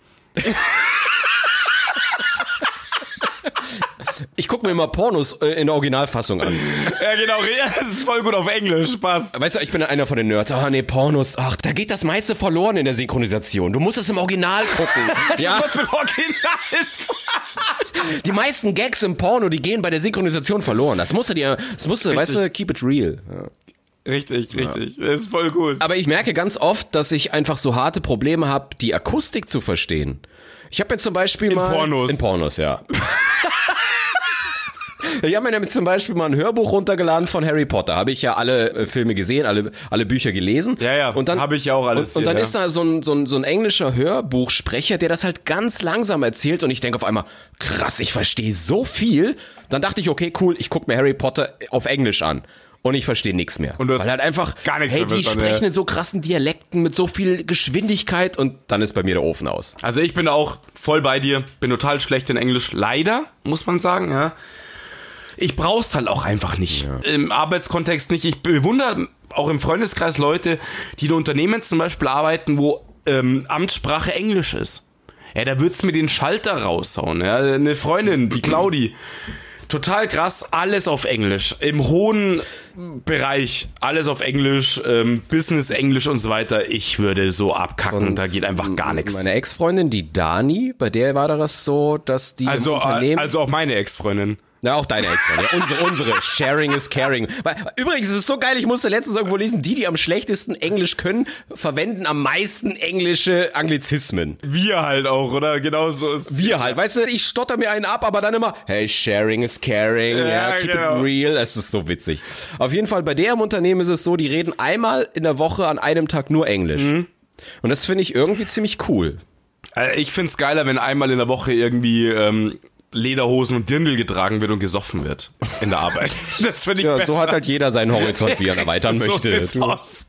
[SPEAKER 1] Ich gucke mir immer Pornos äh, in der Originalfassung an.
[SPEAKER 2] Ja, genau. Das ist voll gut auf Englisch. Passt.
[SPEAKER 1] Weißt du, ich bin einer von den Nerds. Ah, nee, Pornos. Ach, da geht das meiste verloren in der Synchronisation. Du musst es im Original gucken. Ja?
[SPEAKER 2] Du musst im Original.
[SPEAKER 1] Die meisten Gags im Porno, die gehen bei der Synchronisation verloren. Das musst du dir, das musst du, weißt du, keep it real. Ja.
[SPEAKER 2] Richtig, richtig. Ja. Das ist voll gut.
[SPEAKER 1] Aber ich merke ganz oft, dass ich einfach so harte Probleme habe, die Akustik zu verstehen. Ich habe mir zum Beispiel
[SPEAKER 2] in
[SPEAKER 1] mal...
[SPEAKER 2] Pornos.
[SPEAKER 1] In Pornos, ja. Ich habe mir nämlich zum Beispiel mal ein Hörbuch runtergeladen von Harry Potter. Habe ich ja alle äh, Filme gesehen, alle alle Bücher gelesen.
[SPEAKER 2] Ja, ja,
[SPEAKER 1] und dann
[SPEAKER 2] habe ich ja auch alles.
[SPEAKER 1] Und, und dann
[SPEAKER 2] hier,
[SPEAKER 1] ist da so ein, so, ein, so ein englischer Hörbuchsprecher, der das halt ganz langsam erzählt und ich denke auf einmal, krass, ich verstehe so viel. Dann dachte ich, okay, cool, ich gucke mir Harry Potter auf Englisch an. und ich verstehe nichts mehr.
[SPEAKER 2] Und du hast
[SPEAKER 1] Weil halt einfach,
[SPEAKER 2] gar nichts
[SPEAKER 1] hey,
[SPEAKER 2] mehr
[SPEAKER 1] die
[SPEAKER 2] verstanden,
[SPEAKER 1] sprechen
[SPEAKER 2] ja.
[SPEAKER 1] in so krassen Dialekten mit so viel Geschwindigkeit und dann ist bei mir der Ofen aus.
[SPEAKER 2] Also ich bin da auch voll bei dir, bin total schlecht in Englisch, leider, muss man sagen, ja. Ich brauch's halt auch einfach nicht. Ja. Im Arbeitskontext nicht. Ich bewundere auch im Freundeskreis Leute, die in Unternehmen zum Beispiel arbeiten, wo ähm, Amtssprache Englisch ist. Ja, da würd's mir den Schalter raushauen. Ja. Eine Freundin, die Claudi, total krass, alles auf Englisch. Im hohen Bereich, alles auf Englisch, ähm, Business Englisch und so weiter. Ich würde so abkacken, und da geht einfach gar nichts.
[SPEAKER 1] Meine Ex-Freundin, die Dani, bei der war das so, dass die
[SPEAKER 2] Also,
[SPEAKER 1] im Unternehmen...
[SPEAKER 2] also auch meine Ex-Freundin.
[SPEAKER 1] Na, auch deine Ex-Freundin. Ja, unsere, unsere. Sharing is caring. Weil, übrigens, es ist so geil, ich musste letztens irgendwo lesen, die, die am schlechtesten Englisch können, verwenden am meisten englische Anglizismen.
[SPEAKER 2] Wir halt auch, oder? Genau so ist
[SPEAKER 1] Wir halt. Weißt du, ich stotter mir einen ab, aber dann immer, hey, sharing is caring, ja,
[SPEAKER 2] Ja,
[SPEAKER 1] keep
[SPEAKER 2] genau.
[SPEAKER 1] it real. Es ist so witzig. Auf jeden Fall, bei der im Unternehmen ist es so, die reden einmal in der Woche an einem Tag nur Englisch. Mhm. Und das finde ich irgendwie ziemlich cool.
[SPEAKER 2] Ich find's geiler, wenn einmal in der Woche irgendwie ähm, Lederhosen und Dirndl getragen wird und gesoffen wird in der Arbeit. Das finde ich
[SPEAKER 1] Ja,
[SPEAKER 2] besser.
[SPEAKER 1] so hat halt jeder seinen Horizont, wie er ihn erweitern
[SPEAKER 2] so
[SPEAKER 1] möchte.
[SPEAKER 2] sieht's aus.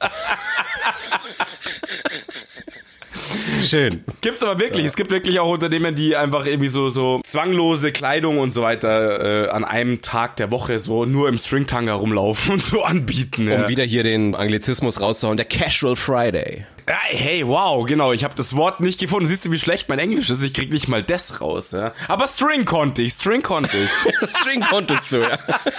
[SPEAKER 1] Schön.
[SPEAKER 2] Gibt's aber wirklich. Ja. Es gibt wirklich auch Unternehmen, die einfach irgendwie so so zwanglose Kleidung und so weiter äh, an einem Tag der Woche so nur im Stringtanga rumlaufen und so anbieten.
[SPEAKER 1] Um
[SPEAKER 2] ja.
[SPEAKER 1] wieder hier den Anglizismus rauszuhauen, der Casual Friday.
[SPEAKER 2] Ja, hey, wow, genau. Ich habe das Wort nicht gefunden. Siehst du, wie schlecht mein Englisch ist? Ich krieg nicht mal das raus. Ja. Aber String konnte ich. String konnte ich.
[SPEAKER 1] String konntest du, ja.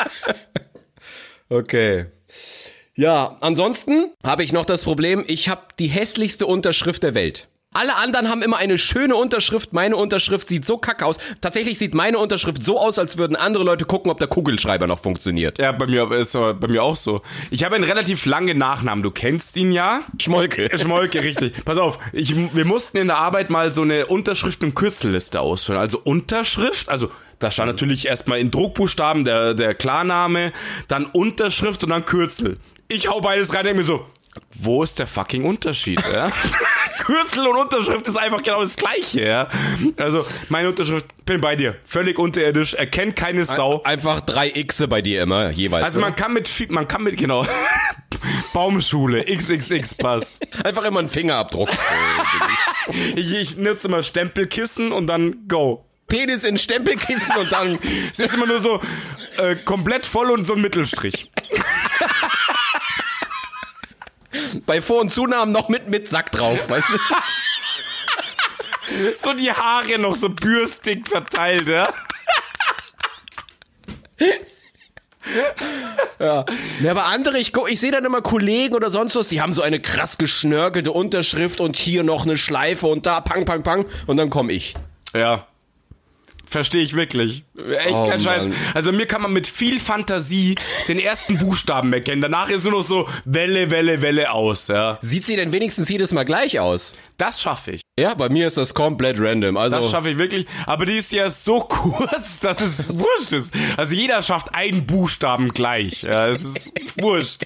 [SPEAKER 1] Okay. Ja, ansonsten habe ich noch das Problem, ich habe die hässlichste Unterschrift der Welt. Alle anderen haben immer eine schöne Unterschrift, meine Unterschrift sieht so kacke aus. Tatsächlich sieht meine Unterschrift so aus, als würden andere Leute gucken, ob der Kugelschreiber noch funktioniert.
[SPEAKER 2] Ja, bei mir ist aber bei mir auch so. Ich habe einen relativ langen Nachnamen, du kennst ihn ja.
[SPEAKER 1] Schmolke.
[SPEAKER 2] Schmolke, richtig. Pass auf, ich, wir mussten in der Arbeit mal so eine Unterschrift- und Kürzelliste ausfüllen. Also Unterschrift, also da stand natürlich erstmal in Druckbuchstaben der, der Klarname, dann Unterschrift und dann Kürzel. Ich hau beides rein und denke mir so, wo ist der fucking Unterschied, ja? Kürzel und Unterschrift ist einfach genau das Gleiche, ja? Also, meine Unterschrift, bin bei dir. Völlig unterirdisch, erkennt keine Sau.
[SPEAKER 1] Einfach drei Xe bei dir immer, jeweils.
[SPEAKER 2] Also, man kann mit, man kann mit, genau, Baumschule, X X X passt.
[SPEAKER 1] Einfach immer einen Fingerabdruck.
[SPEAKER 2] ich, ich nutze immer Stempelkissen und dann go.
[SPEAKER 1] Penis in Stempelkissen und dann...
[SPEAKER 2] Es ist immer nur so, äh, komplett voll und so ein Mittelstrich.
[SPEAKER 1] Bei Vor- und Zunahmen noch mit, mit Sack drauf, weißt du?
[SPEAKER 2] So die Haare noch so bürstig verteilt, ja?
[SPEAKER 1] Ja. Ja, aber andere, ich, guck, ich sehe dann immer Kollegen oder sonst was, die haben so eine krass geschnörkelte Unterschrift und hier noch eine Schleife und da pang, pang, pang und dann komme ich.
[SPEAKER 2] Ja. Verstehe ich wirklich. Echt
[SPEAKER 1] Oh,
[SPEAKER 2] kein Scheiß.
[SPEAKER 1] Mann.
[SPEAKER 2] Also mir kann man mit viel Fantasie den ersten Buchstaben erkennen. Danach ist nur noch so Welle, Welle, Welle aus, ja.
[SPEAKER 1] Sieht sie denn wenigstens jedes Mal gleich aus?
[SPEAKER 2] Das schaffe ich.
[SPEAKER 1] Ja, bei mir ist das komplett random. Also
[SPEAKER 2] Das schaffe ich wirklich. Aber die ist ja so kurz, dass es wurscht ist. Also jeder schafft einen Buchstaben gleich. Ja, es ist wurscht.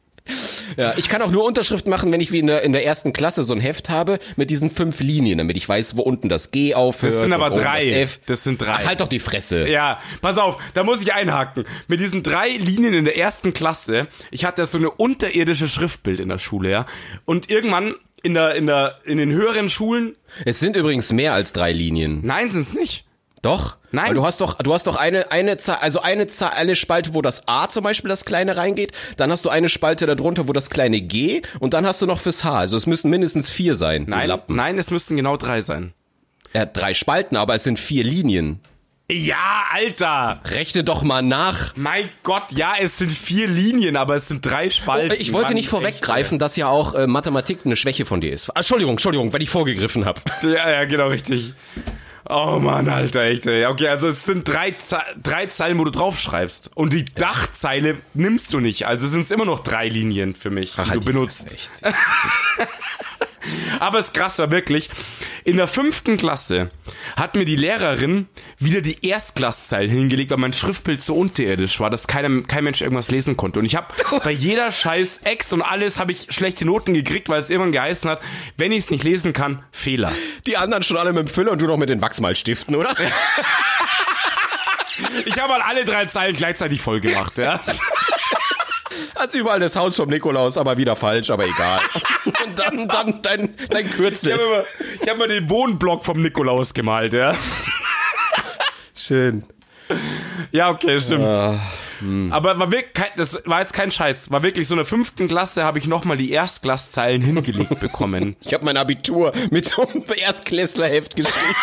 [SPEAKER 1] ja, ich kann auch nur Unterschrift machen, wenn ich wie in der, in der ersten Klasse so ein Heft habe mit diesen fünf Linien, damit ich weiß, wo unten das G aufhört.
[SPEAKER 2] Das sind aber
[SPEAKER 1] und oben
[SPEAKER 2] drei.
[SPEAKER 1] Das, F.
[SPEAKER 2] Das sind drei.
[SPEAKER 1] Ach, halt doch die Fresse.
[SPEAKER 2] Ja, pass auf, da muss ich einhaken. Mit diesen drei Linien in der ersten Klasse, ich hatte so eine unterirdische Schriftbild in der Schule, ja. Und irgendwann in der, in der, in den höheren Schulen,
[SPEAKER 1] Es sind übrigens mehr als drei Linien.
[SPEAKER 2] nein, sind's nicht.
[SPEAKER 1] Doch?
[SPEAKER 2] Nein.
[SPEAKER 1] Weil du hast doch, du hast doch eine, eine Zahl, also eine Zahl, eine Spalte, wo das A zum Beispiel das kleine reingeht, dann hast du eine Spalte darunter, wo das kleine G und dann hast du noch fürs H. Also es müssen mindestens vier sein. du
[SPEAKER 2] Nein,
[SPEAKER 1] Lappen.
[SPEAKER 2] nein, es müssten genau drei sein.
[SPEAKER 1] Er hat drei Spalten, aber es sind vier Linien.
[SPEAKER 2] Ja, Alter!
[SPEAKER 1] Rechne doch mal nach.
[SPEAKER 2] Mein Gott, ja, es sind vier Linien, aber es sind drei Spalten.
[SPEAKER 1] Ich wollte
[SPEAKER 2] Mann,
[SPEAKER 1] nicht vorweggreifen, dass ja auch äh, Mathematik eine Schwäche von dir ist. Entschuldigung, Entschuldigung, weil ich vorgegriffen habe.
[SPEAKER 2] echt. Ja, ja, genau, richtig. Oh Mann, Alter, echt. ey. Okay, also es sind drei, Ze- drei Zeilen, wo du draufschreibst. Und die Dachzeile nimmst du nicht. Also sind es immer noch drei Linien für mich, die
[SPEAKER 1] halt
[SPEAKER 2] du
[SPEAKER 1] die
[SPEAKER 2] benutzt.
[SPEAKER 1] Fresse, echt.
[SPEAKER 2] Aber es ist krass war wirklich, in der fünften Klasse hat mir die Lehrerin wieder die Erstklasszeilen hingelegt, weil mein Schriftbild so unterirdisch war, dass keinem, kein Mensch irgendwas lesen konnte. Und ich habe bei jeder scheiß Ex und alles habe ich schlechte Noten gekriegt, weil es irgendwann geheißen hat, wenn ich es nicht lesen kann, Fehler.
[SPEAKER 1] Die anderen schon alle mit dem Füller und du noch mit den Wachsmalstiften, oder?
[SPEAKER 2] Ich habe halt alle drei Zeilen gleichzeitig voll gemacht, ja.
[SPEAKER 1] Also überall das Haus vom Nikolaus, aber wieder falsch, aber egal. Und dann, dann dein, dein Kürzel.
[SPEAKER 2] Ich habe immer, ich hab mal den Wohnblock vom Nikolaus gemalt, ja.
[SPEAKER 1] Schön.
[SPEAKER 2] Ja, okay, stimmt.
[SPEAKER 1] Ah,
[SPEAKER 2] Aber war wirklich, kein, das war jetzt kein Scheiß. War wirklich so in der fünften Klasse habe ich nochmal die Erstklasszeilen hingelegt bekommen.
[SPEAKER 1] Ich habe mein Abitur mit so einem Erstklässlerheft geschrieben.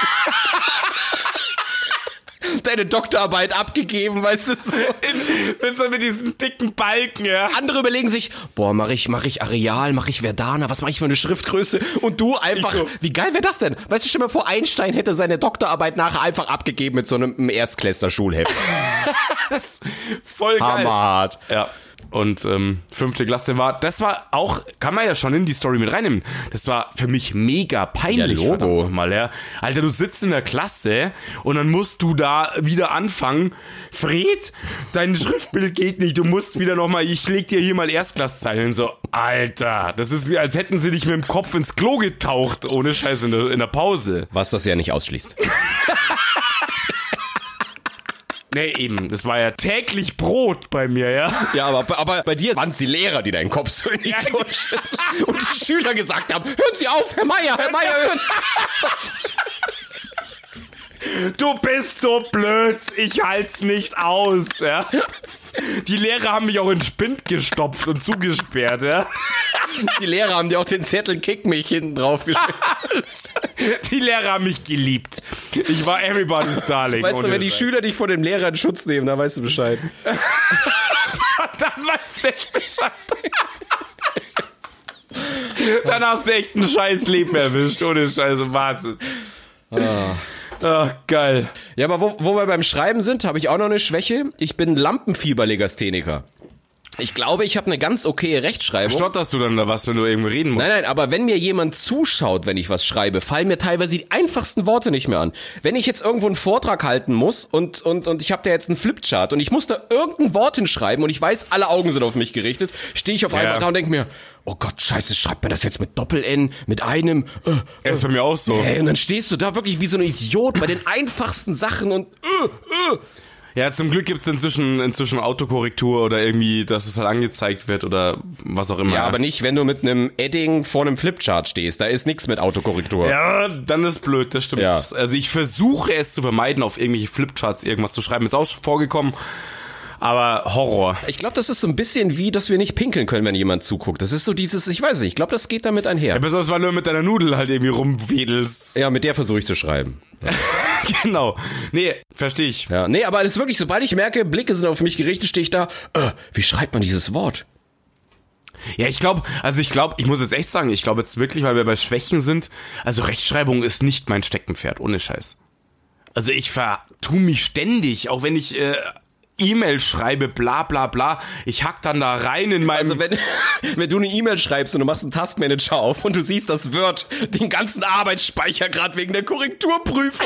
[SPEAKER 1] Deine Doktorarbeit abgegeben, weißt du so.
[SPEAKER 2] In, mit so mit diesen dicken Balken, ja.
[SPEAKER 1] Andere überlegen sich, boah, mache ich, mach ich Areal, mache ich Verdana, was mache ich für eine Schriftgröße? Und du einfach,
[SPEAKER 2] so.
[SPEAKER 1] Wie geil wäre das denn? Weißt du, stell dir mal vor, Einstein hätte seine Doktorarbeit nachher einfach abgegeben mit so einem Erstklässler-Schulheft.
[SPEAKER 2] Das ist voll geil.
[SPEAKER 1] Hammerhart.
[SPEAKER 2] Ja. Und ähm, fünfte Klasse war, das war auch, kann man ja schon in die Story mit reinnehmen. Das war für mich mega peinlich.
[SPEAKER 1] Ja, Logo.
[SPEAKER 2] Mal, ja. Alter, du sitzt in der Klasse und dann musst du da wieder anfangen. Fred, dein Schriftbild geht nicht, du musst wieder nochmal, ich leg dir hier mal Erstklasszeilen. So, Alter, das ist wie, als hätten sie dich mit dem Kopf ins Klo getaucht, ohne Scheiß in der, in der Pause.
[SPEAKER 1] Was das ja nicht ausschließt.
[SPEAKER 2] Nee, eben, das war ja täglich Brot bei mir, ja.
[SPEAKER 1] Ja, aber, aber bei dir waren es die Lehrer, die deinen Kopf so in die Klo schissen und die Schüler gesagt haben, hören Sie auf, Herr Meier, Herr Meier, hören.
[SPEAKER 2] Du bist so blöd, ich halt's nicht aus, ja. Die Lehrer haben mich auch in Spind gestopft und zugesperrt, ja.
[SPEAKER 1] Die Lehrer haben dir auch den Zettel Kick mich hinten drauf gestellt.
[SPEAKER 2] Die Lehrer haben mich geliebt. Ich war everybody's darling.
[SPEAKER 1] Weißt du, wenn die
[SPEAKER 2] Scheiß.
[SPEAKER 1] Schüler dich vor dem Lehrer in Schutz nehmen, dann weißt du Bescheid.
[SPEAKER 2] Dann weißt du echt Bescheid. Dann hast du echt ein scheiß Leben erwischt, ohne Scheiße, Wahnsinn. Ah. Ach, geil.
[SPEAKER 1] Ja, aber wo, wo wir beim Schreiben sind, habe ich auch noch eine Schwäche. Ich bin Lampenfieberlegastheniker. Ich glaube, ich habe eine ganz okaye Rechtschreibung.
[SPEAKER 2] Stotterst du dann da was, wenn du irgendwo reden musst?
[SPEAKER 1] Nein, nein, aber wenn mir jemand zuschaut, wenn ich was schreibe, fallen mir teilweise die einfachsten Worte nicht mehr an. Wenn ich jetzt irgendwo einen Vortrag halten muss und und und ich habe da jetzt einen Flipchart und ich muss da irgendein Wort hinschreiben und ich weiß, alle Augen sind auf mich gerichtet, stehe ich auf einmal
[SPEAKER 2] Ja.
[SPEAKER 1] da und denke mir, oh Gott, scheiße, schreibt man das jetzt mit Doppel-N, mit einem... Äh,
[SPEAKER 2] Er ist bei mir auch so.
[SPEAKER 1] Ey, und dann stehst du da wirklich wie so ein Idiot bei den einfachsten Sachen und... Äh, äh.
[SPEAKER 2] Ja, zum Glück gibt's inzwischen, inzwischen Autokorrektur oder irgendwie, dass es halt angezeigt wird oder was auch immer.
[SPEAKER 1] Ja, aber nicht, wenn du mit einem Edding vor einem Flipchart stehst. Da ist nichts mit Autokorrektur.
[SPEAKER 2] Ja, dann ist blöd, das stimmt.
[SPEAKER 1] Ja.
[SPEAKER 2] Also ich versuche es zu vermeiden, auf irgendwelche Flipcharts irgendwas zu schreiben. Ist auch schon vorgekommen, aber Horror.
[SPEAKER 1] Ich glaube, das ist so ein bisschen wie, dass wir nicht pinkeln können, wenn jemand zuguckt. Das ist so dieses, ich weiß nicht, ich glaube, das geht damit einher.
[SPEAKER 2] Ja, besonders, weil du mit deiner Nudel halt irgendwie rumwedelst.
[SPEAKER 1] Ja, mit der versuche ich zu schreiben.
[SPEAKER 2] Genau. Nee, verstehe ich.
[SPEAKER 1] Ja, nee, aber es ist wirklich, sobald ich merke, Blicke sind auf mich gerichtet, stehe ich da, äh, wie schreibt man dieses Wort?
[SPEAKER 2] Ja, ich glaube, also ich glaube, ich muss jetzt echt sagen, ich glaube jetzt wirklich, weil wir bei Schwächen sind, also Rechtschreibung ist nicht mein Steckenpferd, ohne Scheiß. Also ich vertu mich ständig, auch wenn ich äh, E-Mail schreibe, bla bla bla, ich hack dann da rein in meinem...
[SPEAKER 1] Also wenn, wenn du eine E-Mail schreibst und du machst einen Taskmanager auf und du siehst, das Word den ganzen Arbeitsspeicher gerade wegen der Korrekturprüfung.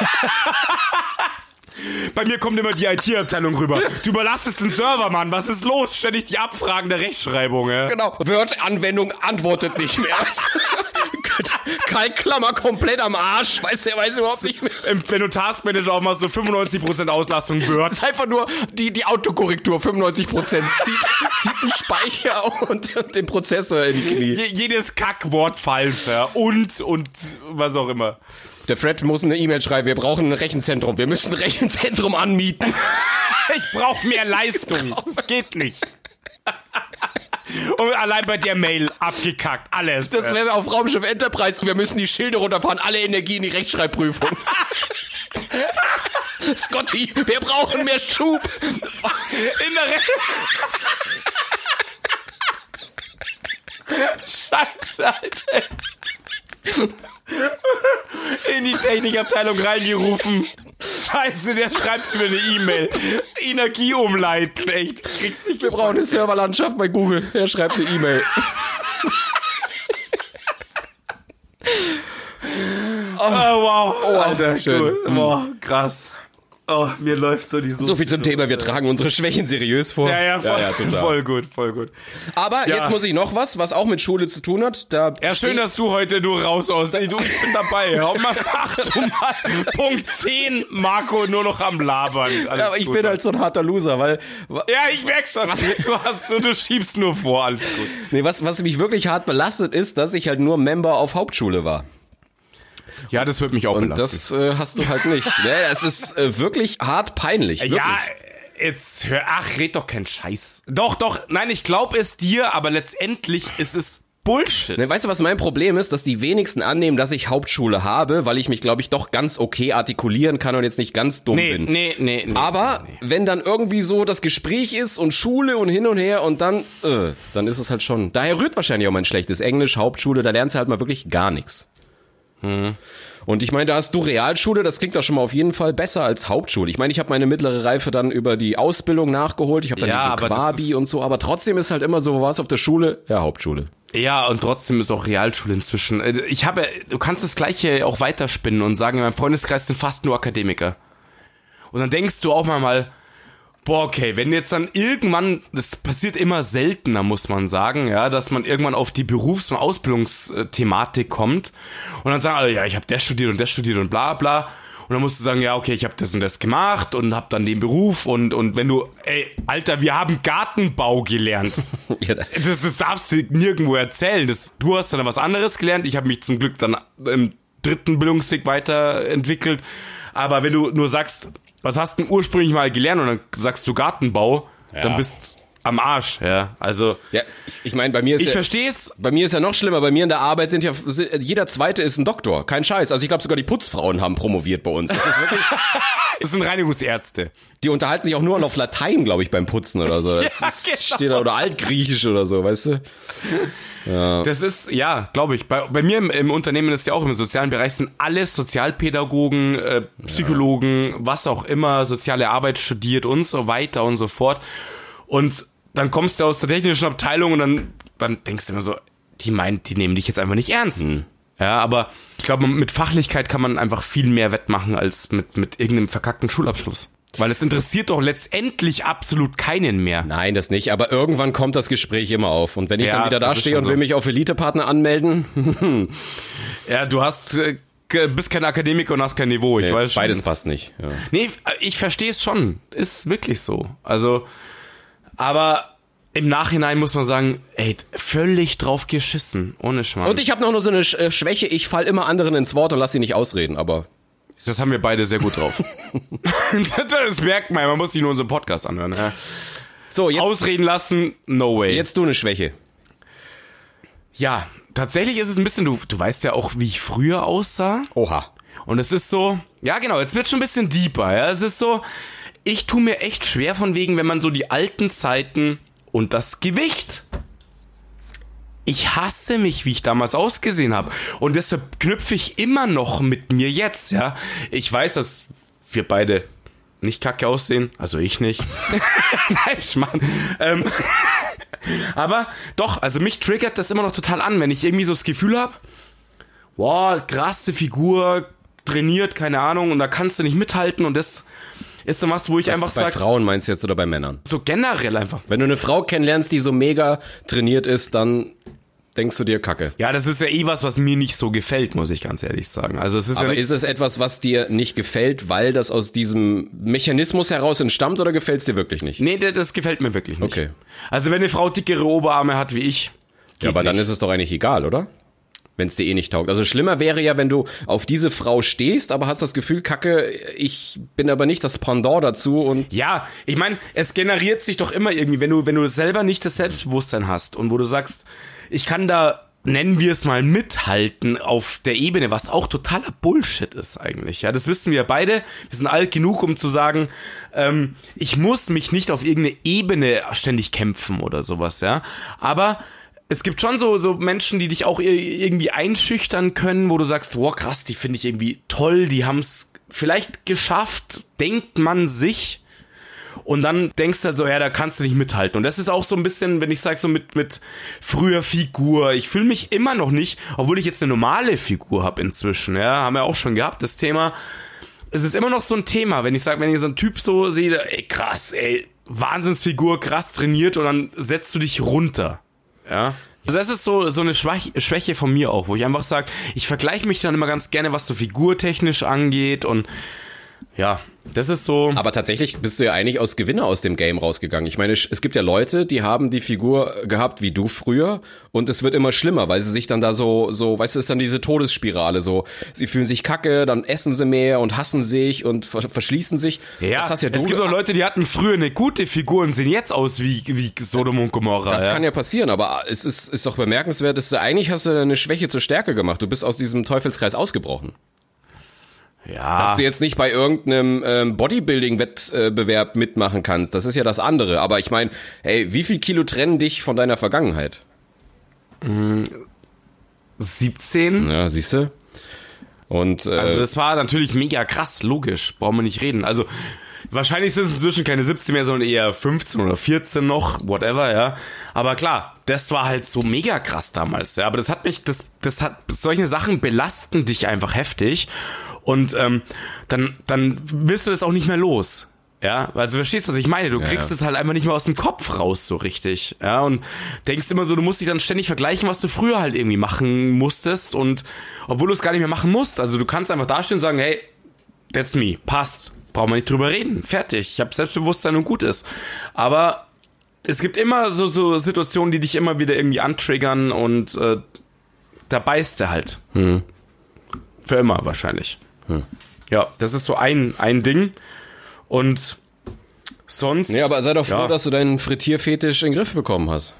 [SPEAKER 2] Bei mir kommt immer die I T-Abteilung rüber. Du überlastest den Server, Mann. Was ist los? Ständig die Abfragen der Rechtschreibung, ja?
[SPEAKER 1] Genau. Word-Anwendung antwortet nicht mehr. Kalkklammer komplett am Arsch. Weiß der weiß überhaupt nicht mehr.
[SPEAKER 2] Wenn du Taskmanager aufmachst, so fünfundneunzig Prozent Auslastung Word.
[SPEAKER 1] Das ist einfach nur die, die Autokorrektur, fünfundneunzig Prozent. Zieht, zieht einen Speicher und den Prozessor in die Knie.
[SPEAKER 2] Je, jedes Kackwort falsch, ja. Und, und was auch immer.
[SPEAKER 1] Der Fred muss eine E-Mail schreiben, wir brauchen ein Rechenzentrum. Wir müssen ein Rechenzentrum anmieten.
[SPEAKER 2] Ich brauche mehr Leistung. Das geht nicht. Und allein bei der Mail abgekackt, alles.
[SPEAKER 1] Das wäre auf Raumschiff Enterprise. Wir müssen die Schilde runterfahren, alle Energie in die Rechtschreibprüfung. Scotty, wir brauchen mehr Schub.
[SPEAKER 2] In der Re Scheiße, Alter. In die Technikabteilung reingerufen. Scheiße, der schreibt mir eine E-Mail. Energie umleiten, echt. Kriegst dich
[SPEAKER 1] Wir brauchen eine Serverlandschaft bei Google. Er schreibt eine E-Mail.
[SPEAKER 2] Oh, wow.
[SPEAKER 1] Oh, Alter, schön.
[SPEAKER 2] Cool. Boah, krass. Oh, mir läuft so die Sucht.
[SPEAKER 1] So viel zum Thema, wir tragen unsere Schwächen seriös vor.
[SPEAKER 2] Ja, ja, voll,
[SPEAKER 1] ja, ja total.
[SPEAKER 2] voll gut, voll gut.
[SPEAKER 1] Aber
[SPEAKER 2] Ja.
[SPEAKER 1] jetzt muss ich noch was, was auch mit Schule zu tun hat. Da
[SPEAKER 2] Ja, schön, dass du heute du raus aus. Ey, du, ich bin dabei. Hau mal, ach du mal. Punkt zehn, Marco, nur noch am Labern. Alles
[SPEAKER 1] ja, aber ich
[SPEAKER 2] gut,
[SPEAKER 1] bin
[SPEAKER 2] Mann.
[SPEAKER 1] halt so ein harter Loser, weil...
[SPEAKER 2] Ja, ich merk schon. Du, hast, du, du schiebst nur vor, alles gut.
[SPEAKER 1] Nee, was, was mich wirklich hart belastet ist, dass ich halt nur Member auf Hauptschule war.
[SPEAKER 2] Ja, das wird mich auch
[SPEAKER 1] Und
[SPEAKER 2] belasten.
[SPEAKER 1] das äh, hast du halt nicht. Nee, es ist äh, wirklich hart peinlich. Wirklich.
[SPEAKER 2] Ja, jetzt hör, ach, red doch keinen Scheiß. Doch, doch, nein, ich glaub es dir, aber letztendlich ist es Bullshit.
[SPEAKER 1] Ne, weißt du, was mein Problem ist? Dass die wenigsten annehmen, dass ich Hauptschule habe, weil ich mich, glaube ich, doch ganz okay artikulieren kann und jetzt nicht ganz dumm
[SPEAKER 2] nee,
[SPEAKER 1] bin.
[SPEAKER 2] nee, nee, nee.
[SPEAKER 1] Aber
[SPEAKER 2] nee.
[SPEAKER 1] wenn dann irgendwie so das Gespräch ist und Schule und hin und her und dann, äh, dann ist es halt schon. Daher rührt wahrscheinlich auch mein schlechtes Englisch, Hauptschule, da lernst du halt mal wirklich gar nichts. Hm. Und ich meine, da hast du Realschule, das klingt doch schon mal auf jeden Fall besser als Hauptschule. Ich meine, ich habe meine mittlere Reife dann über die Ausbildung nachgeholt, ich habe dann
[SPEAKER 2] Ja,
[SPEAKER 1] diesen
[SPEAKER 2] aber das
[SPEAKER 1] Quabi
[SPEAKER 2] ist-
[SPEAKER 1] und so, aber trotzdem ist halt immer so, wo warst du auf der Schule? Ja, Hauptschule.
[SPEAKER 2] Ja, und trotzdem ist auch Realschule inzwischen. Ich habe, du kannst das Gleiche auch weiterspinnen und sagen, in meinem Freundeskreis sind fast nur Akademiker. Und dann denkst du auch mal mal, boah, okay, wenn jetzt dann irgendwann, das passiert immer seltener, muss man sagen, ja, dass man irgendwann auf die Berufs- und Ausbildungsthematik kommt und dann sagen alle, ja, ich habe das studiert und das studiert und bla bla. Und dann musst du sagen, ja, okay, ich habe das und das gemacht und habe dann den Beruf und und wenn du, ey, Alter, wir haben Gartenbau gelernt.
[SPEAKER 1] Ja,
[SPEAKER 2] Das, das darfst du nirgendwo erzählen. Das, du hast dann was anderes gelernt. Ich habe mich zum Glück dann im dritten Bildungsweg weiterentwickelt. Aber wenn du nur sagst, was hast du denn ursprünglich mal gelernt und dann sagst du Gartenbau,
[SPEAKER 1] Ja.
[SPEAKER 2] dann bist am Arsch. Ja, also
[SPEAKER 1] ja ich, ich meine, bei mir ist
[SPEAKER 2] ich
[SPEAKER 1] ja,
[SPEAKER 2] verstehe es.
[SPEAKER 1] bei mir ist ja noch schlimmer. Bei mir in der Arbeit sind ja jeder Zweite ist ein Doktor, kein Scheiß. Also ich glaube sogar die Putzfrauen haben promoviert bei uns. Das ist wirklich,
[SPEAKER 2] Das sind Reinigungsärzte.
[SPEAKER 1] die unterhalten sich auch nur auf Latein, glaube ich, beim Putzen oder so. Das
[SPEAKER 2] Ja,
[SPEAKER 1] ist,
[SPEAKER 2] genau.
[SPEAKER 1] steht da, oder Altgriechisch oder so, weißt du?
[SPEAKER 2] Das ist, ja, glaube ich. Bei, bei mir im, im Unternehmen ist ja auch im sozialen Bereich sind alles Sozialpädagogen, äh, Psychologen, was auch immer, soziale Arbeit studiert und so weiter und so fort. Und dann kommst du aus der technischen Abteilung und dann, dann denkst du immer so, die meinen, die nehmen dich jetzt einfach nicht ernst.
[SPEAKER 1] Mhm.
[SPEAKER 2] Ja, aber ich glaube, mit Fachlichkeit kann man einfach viel mehr wettmachen als mit, mit irgendeinem verkackten Schulabschluss. Weil es interessiert doch letztendlich absolut keinen mehr.
[SPEAKER 1] Nein, das nicht. Aber irgendwann kommt das Gespräch immer auf. Und wenn ich
[SPEAKER 2] Ja,
[SPEAKER 1] dann wieder da
[SPEAKER 2] das ist
[SPEAKER 1] stehe
[SPEAKER 2] schon
[SPEAKER 1] und
[SPEAKER 2] so.
[SPEAKER 1] will mich auf Elite-Partner anmelden,
[SPEAKER 2] Ja, du hast, äh, bist kein Akademiker und hast kein Niveau. Ich
[SPEAKER 1] nee,
[SPEAKER 2] weiß schon.
[SPEAKER 1] beides passt nicht. Ja.
[SPEAKER 2] Nee, ich verstehe es schon. Ist wirklich so. Also, aber im Nachhinein muss man sagen, ey, völlig drauf geschissen. Ohne Schmarrn.
[SPEAKER 1] Und ich habe noch nur so eine Sch- äh, Schwäche, ich fall immer anderen ins Wort und lass sie nicht ausreden, aber
[SPEAKER 2] Das haben wir beide sehr gut drauf. Das merkt man, man muss sich nur unseren Podcast anhören. Ja.
[SPEAKER 1] so, jetzt,
[SPEAKER 2] Ausreden lassen, no way.
[SPEAKER 1] jetzt du eine Schwäche.
[SPEAKER 2] Ja, tatsächlich ist es ein bisschen, du, du weißt ja auch, wie ich früher aussah.
[SPEAKER 1] Oha.
[SPEAKER 2] Und es ist so, ja genau, jetzt wird schon ein bisschen deeper, ja. Es ist so, ich tue mir echt schwer von wegen, wenn man so die alten Zeiten und das Gewicht. Ich hasse mich, wie ich damals ausgesehen habe. Und deshalb knüpfe ich immer noch mit mir jetzt, ja. Ich weiß, dass wir beide nicht kacke aussehen. Also ich nicht. Nein, Schmarrn. Ähm, aber doch, also mich triggert das immer noch total an, wenn ich irgendwie so das Gefühl habe, wow, krasse Figur, trainiert, keine Ahnung, und da kannst du nicht mithalten. Und das ist so was, wo ich einfach
[SPEAKER 1] Bei
[SPEAKER 2] sage,
[SPEAKER 1] Frauen meinst du jetzt oder bei Männern?
[SPEAKER 2] so generell einfach.
[SPEAKER 1] Wenn du eine Frau kennenlernst, die so mega trainiert ist, dann denkst du dir Kacke.
[SPEAKER 2] Ja, das ist ja eh was, was mir nicht so gefällt, muss ich ganz ehrlich sagen. Also es ist
[SPEAKER 1] Aber
[SPEAKER 2] ja
[SPEAKER 1] ist es etwas, was dir nicht gefällt, weil das aus diesem Mechanismus heraus entstammt oder gefällt es dir wirklich nicht?
[SPEAKER 2] nee, das, das gefällt mir wirklich nicht.
[SPEAKER 1] Okay.
[SPEAKER 2] Also wenn eine Frau dickere Oberarme hat wie ich,
[SPEAKER 1] Ja, aber dann ist es doch eigentlich egal, oder? Wenn es dir eh nicht taugt. Also schlimmer wäre ja, wenn du auf diese Frau stehst, aber hast das Gefühl, Kacke, ich bin aber nicht das Pendant dazu und
[SPEAKER 2] ja, ich meine, es generiert sich doch immer irgendwie, wenn du, wenn du selber nicht das Selbstbewusstsein hast und wo du sagst, ich kann da, nennen wir es mal, mithalten auf der Ebene, was auch totaler Bullshit ist eigentlich. Ja, das wissen wir beide. Wir sind alt genug, um zu sagen, ähm, ich muss mich nicht auf irgendeine Ebene ständig kämpfen oder sowas, ja. Aber es gibt schon so, so Menschen, die dich auch irgendwie einschüchtern können, wo du sagst, wow, krass, die finde ich irgendwie toll, die haben es vielleicht geschafft, denkt man sich. Und dann denkst du halt so, ja, da kannst du nicht mithalten. Und das ist auch so ein bisschen, wenn ich sage, so mit, mit früher Figur. Ich fühle mich immer noch nicht, obwohl ich jetzt eine normale Figur habe inzwischen, ja, haben wir auch schon gehabt, das Thema. es ist immer noch so ein Thema, wenn ich sage, wenn ich so einen Typ so sehe, ey, krass, ey, Wahnsinnsfigur, krass trainiert und dann setzt du dich runter. Ja. Also das ist so, so eine Schwach- Schwäche von mir auch, wo ich einfach sage, ich vergleiche mich dann immer ganz gerne, was so figurtechnisch angeht und ja, das ist so.
[SPEAKER 1] Aber tatsächlich bist du ja eigentlich als Gewinner aus dem Game rausgegangen. Ich meine, es gibt ja Leute, die haben die Figur gehabt wie du früher und es wird immer schlimmer, weil sie sich dann da so, so, weißt du, es ist dann diese Todesspirale, so, sie fühlen sich kacke, dann essen sie mehr und hassen sich und ver- verschließen sich.
[SPEAKER 2] Ja,
[SPEAKER 1] das hast ja du.
[SPEAKER 2] es gibt auch Leute, die hatten früher eine gute Figur und sehen jetzt aus wie, wie Sodom und Gomorra.
[SPEAKER 1] Das
[SPEAKER 2] ja.
[SPEAKER 1] kann ja passieren, aber es ist, ist doch bemerkenswert, dass du eigentlich hast du eine Schwäche zur Stärke gemacht. Du bist aus diesem Teufelskreis ausgebrochen.
[SPEAKER 2] Ja.
[SPEAKER 1] Dass du jetzt nicht bei irgendeinem ähm, Bodybuilding-Wettbewerb mitmachen kannst, das ist ja das andere. Aber ich meine, hey, wie viel Kilo trennen dich von deiner Vergangenheit?
[SPEAKER 2] siebzehn.
[SPEAKER 1] Ja, siehst du? Und, äh,
[SPEAKER 2] Also das war natürlich mega krass, logisch, brauchen wir nicht reden. Also wahrscheinlich sind es inzwischen keine siebzehn mehr, sondern eher fünfzehn oder vierzehn noch, whatever, ja. Aber klar, das war halt so mega krass damals, ja. Aber das hat mich, das, das hat, solche Sachen belasten dich einfach heftig. Und ähm, dann, dann wirst du das auch nicht mehr los. Ja, also verstehst du, was ich meine? Du kriegst es ja. halt einfach nicht mehr aus dem Kopf raus so richtig. Ja, und denkst immer so, du musst dich dann ständig vergleichen, was du früher halt irgendwie machen musstest. Und obwohl du es gar nicht mehr machen musst. Also du kannst einfach dastehen und sagen, hey, that's me, passt. Brauchen wir nicht drüber reden. Fertig. Ich habe Selbstbewusstsein und gut ist. Aber es gibt immer so, so Situationen, die dich immer wieder irgendwie antriggern und äh, da beißt du halt.
[SPEAKER 1] Hm.
[SPEAKER 2] Für immer wahrscheinlich. Hm. Ja, das ist so ein, ein Ding. Und sonst...
[SPEAKER 1] Nee, aber sei doch froh,
[SPEAKER 2] ja.
[SPEAKER 1] dass du deinen Frittierfetisch in den Griff bekommen hast.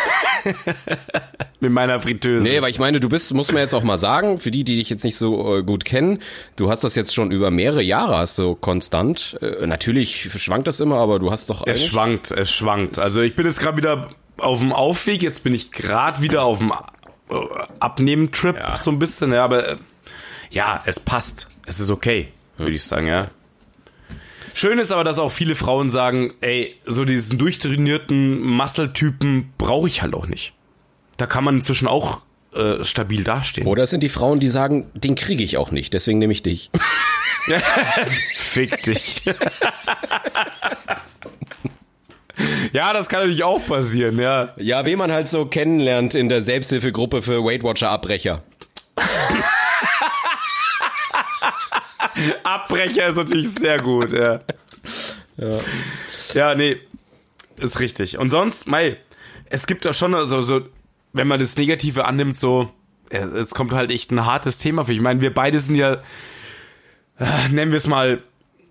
[SPEAKER 2] Mit meiner Fritteuse.
[SPEAKER 1] Nee, weil ich meine, du bist, muss man jetzt auch mal sagen, für die, die dich jetzt nicht so äh, gut kennen, du hast das jetzt schon über mehrere Jahre, hast du konstant. Äh, natürlich schwankt das immer, aber du hast doch
[SPEAKER 2] Es schwankt, es schwankt. Also ich bin jetzt gerade wieder auf dem Aufweg, jetzt bin ich gerade wieder auf dem äh, Abnehmen-Trip,
[SPEAKER 1] Ja.
[SPEAKER 2] so ein bisschen, ja, aber äh, ja, es passt. Es ist okay, würde ich sagen, ja. Schön ist aber, dass auch viele Frauen sagen, ey, so diesen durchtrainierten Muscle-Typen brauche ich halt auch nicht. Da kann man inzwischen auch äh, stabil dastehen.
[SPEAKER 1] Oder es sind die Frauen, die sagen, den kriege ich auch nicht, deswegen nehme ich dich.
[SPEAKER 2] Fick dich. Ja, das kann natürlich auch passieren, ja.
[SPEAKER 1] Ja, wen man halt so kennenlernt in der Selbsthilfegruppe für Weight Watcher Abbrecher.
[SPEAKER 2] Abbrecher ist natürlich sehr gut, ja. Ja, ja nee, ist richtig. Und sonst, mei, es gibt doch schon so, so, wenn man das Negative annimmt, so, es kommt halt echt ein hartes Thema für mich. Ich meine, wir beide sind ja, äh, nennen wir es mal,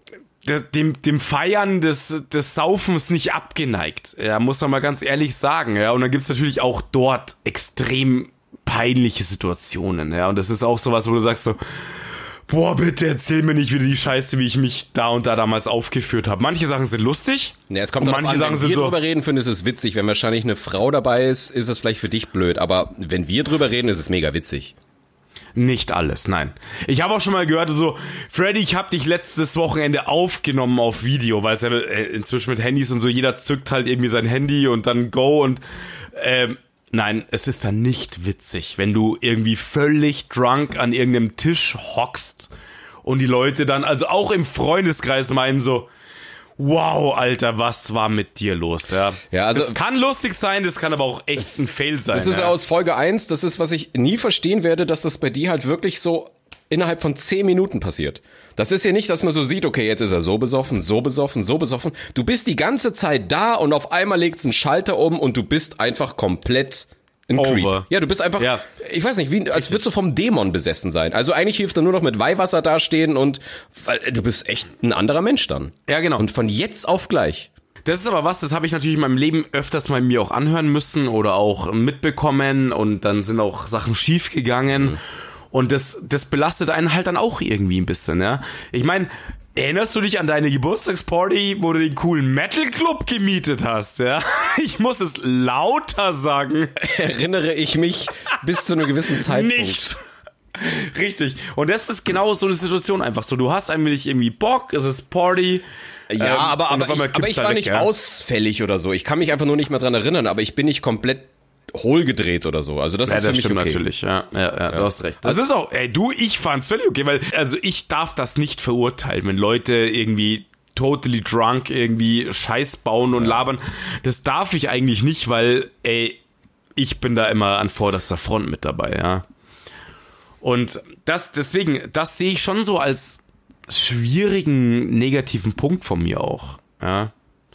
[SPEAKER 2] dem, dem Feiern des, des Saufens nicht abgeneigt. Ja, muss man mal ganz ehrlich sagen, ja. Und dann gibt's natürlich auch dort extrem peinliche Situationen, ja. Und das ist auch sowas, wo du sagst so, boah, bitte erzähl mir nicht wieder die Scheiße, wie ich mich da und da damals aufgeführt habe. Manche Sachen sind lustig.
[SPEAKER 1] Ja, es kommt
[SPEAKER 2] und
[SPEAKER 1] darauf
[SPEAKER 2] manche
[SPEAKER 1] an,
[SPEAKER 2] Sachen
[SPEAKER 1] wenn
[SPEAKER 2] sind
[SPEAKER 1] wir
[SPEAKER 2] so,
[SPEAKER 1] drüber reden, finde ich es witzig. Wenn wahrscheinlich eine Frau dabei ist, ist es vielleicht für dich blöd. Aber wenn wir drüber reden, ist es mega witzig.
[SPEAKER 2] nicht alles, nein. Ich habe auch schon mal gehört, so, Freddy, ich habe dich letztes Wochenende aufgenommen auf Video, weil es ja inzwischen mit Handys und so, jeder zückt halt irgendwie sein Handy und dann go und ähm, nein, es ist dann nicht witzig, wenn du irgendwie völlig drunk an irgendeinem Tisch hockst und die Leute dann, also auch im Freundeskreis meinen so, wow, Alter, was war mit dir los? Ja,
[SPEAKER 1] Ja, also-
[SPEAKER 2] das kann lustig sein, das kann aber auch echt ein Fail sein.
[SPEAKER 1] Das ist
[SPEAKER 2] ja.
[SPEAKER 1] aus Folge eins, das ist, was ich nie verstehen werde, dass das bei dir halt wirklich so innerhalb von zehn Minuten passiert. Das ist ja nicht, dass man so sieht, okay, jetzt ist er so besoffen, so besoffen, so besoffen. Du bist die ganze Zeit da und auf einmal legt's einen Schalter um und du bist einfach komplett ein
[SPEAKER 2] Over.
[SPEAKER 1] Creep. Ja, du bist einfach,
[SPEAKER 2] Ja.
[SPEAKER 1] ich weiß nicht, wie, als würdest du vom Dämon besessen sein. Also eigentlich hilft er nur noch mit Weihwasser dastehen und weil du bist echt ein anderer Mensch dann.
[SPEAKER 2] Ja, genau.
[SPEAKER 1] Und von jetzt auf gleich.
[SPEAKER 2] Das ist aber was, das habe ich natürlich in meinem Leben öfters mal mir auch anhören müssen oder auch mitbekommen und dann sind auch Sachen schief gegangen. Mhm. Und das, das belastet einen halt dann auch irgendwie ein bisschen, ja. Ich meine, erinnerst du dich an deine Geburtstagsparty, wo du den coolen Metal-Club gemietet hast, ja? Ich muss es lauter sagen.
[SPEAKER 1] Erinnere ich mich bis zu einem gewissen Zeitpunkt.
[SPEAKER 2] Nicht. Richtig. Und das ist genau so eine Situation einfach so. Du hast eigentlich irgendwie Bock, es ist Party.
[SPEAKER 1] Ja,
[SPEAKER 2] ähm,
[SPEAKER 1] aber,
[SPEAKER 2] und
[SPEAKER 1] aber,
[SPEAKER 2] auf einmal
[SPEAKER 1] ich, aber
[SPEAKER 2] kippt's
[SPEAKER 1] ich
[SPEAKER 2] da
[SPEAKER 1] war
[SPEAKER 2] weg,
[SPEAKER 1] nicht
[SPEAKER 2] ja.
[SPEAKER 1] ausfällig oder so. Ich kann mich einfach nur nicht mehr dran erinnern, aber ich bin nicht komplett hohl gedreht oder so. Also das
[SPEAKER 2] Ja,
[SPEAKER 1] ist für
[SPEAKER 2] das
[SPEAKER 1] mich
[SPEAKER 2] stimmt
[SPEAKER 1] okay.
[SPEAKER 2] natürlich, ja, ja, ja, du hast recht. Das ist auch, ey, du, ich fand's völlig okay, weil, also ich darf das nicht verurteilen, wenn Leute irgendwie totally drunk irgendwie Scheiß bauen und labern. Das darf ich eigentlich nicht, weil, ey, ich bin da immer an vorderster Front mit dabei, ja. Und das, deswegen, das sehe ich schon so als schwierigen, negativen Punkt von mir auch, ja.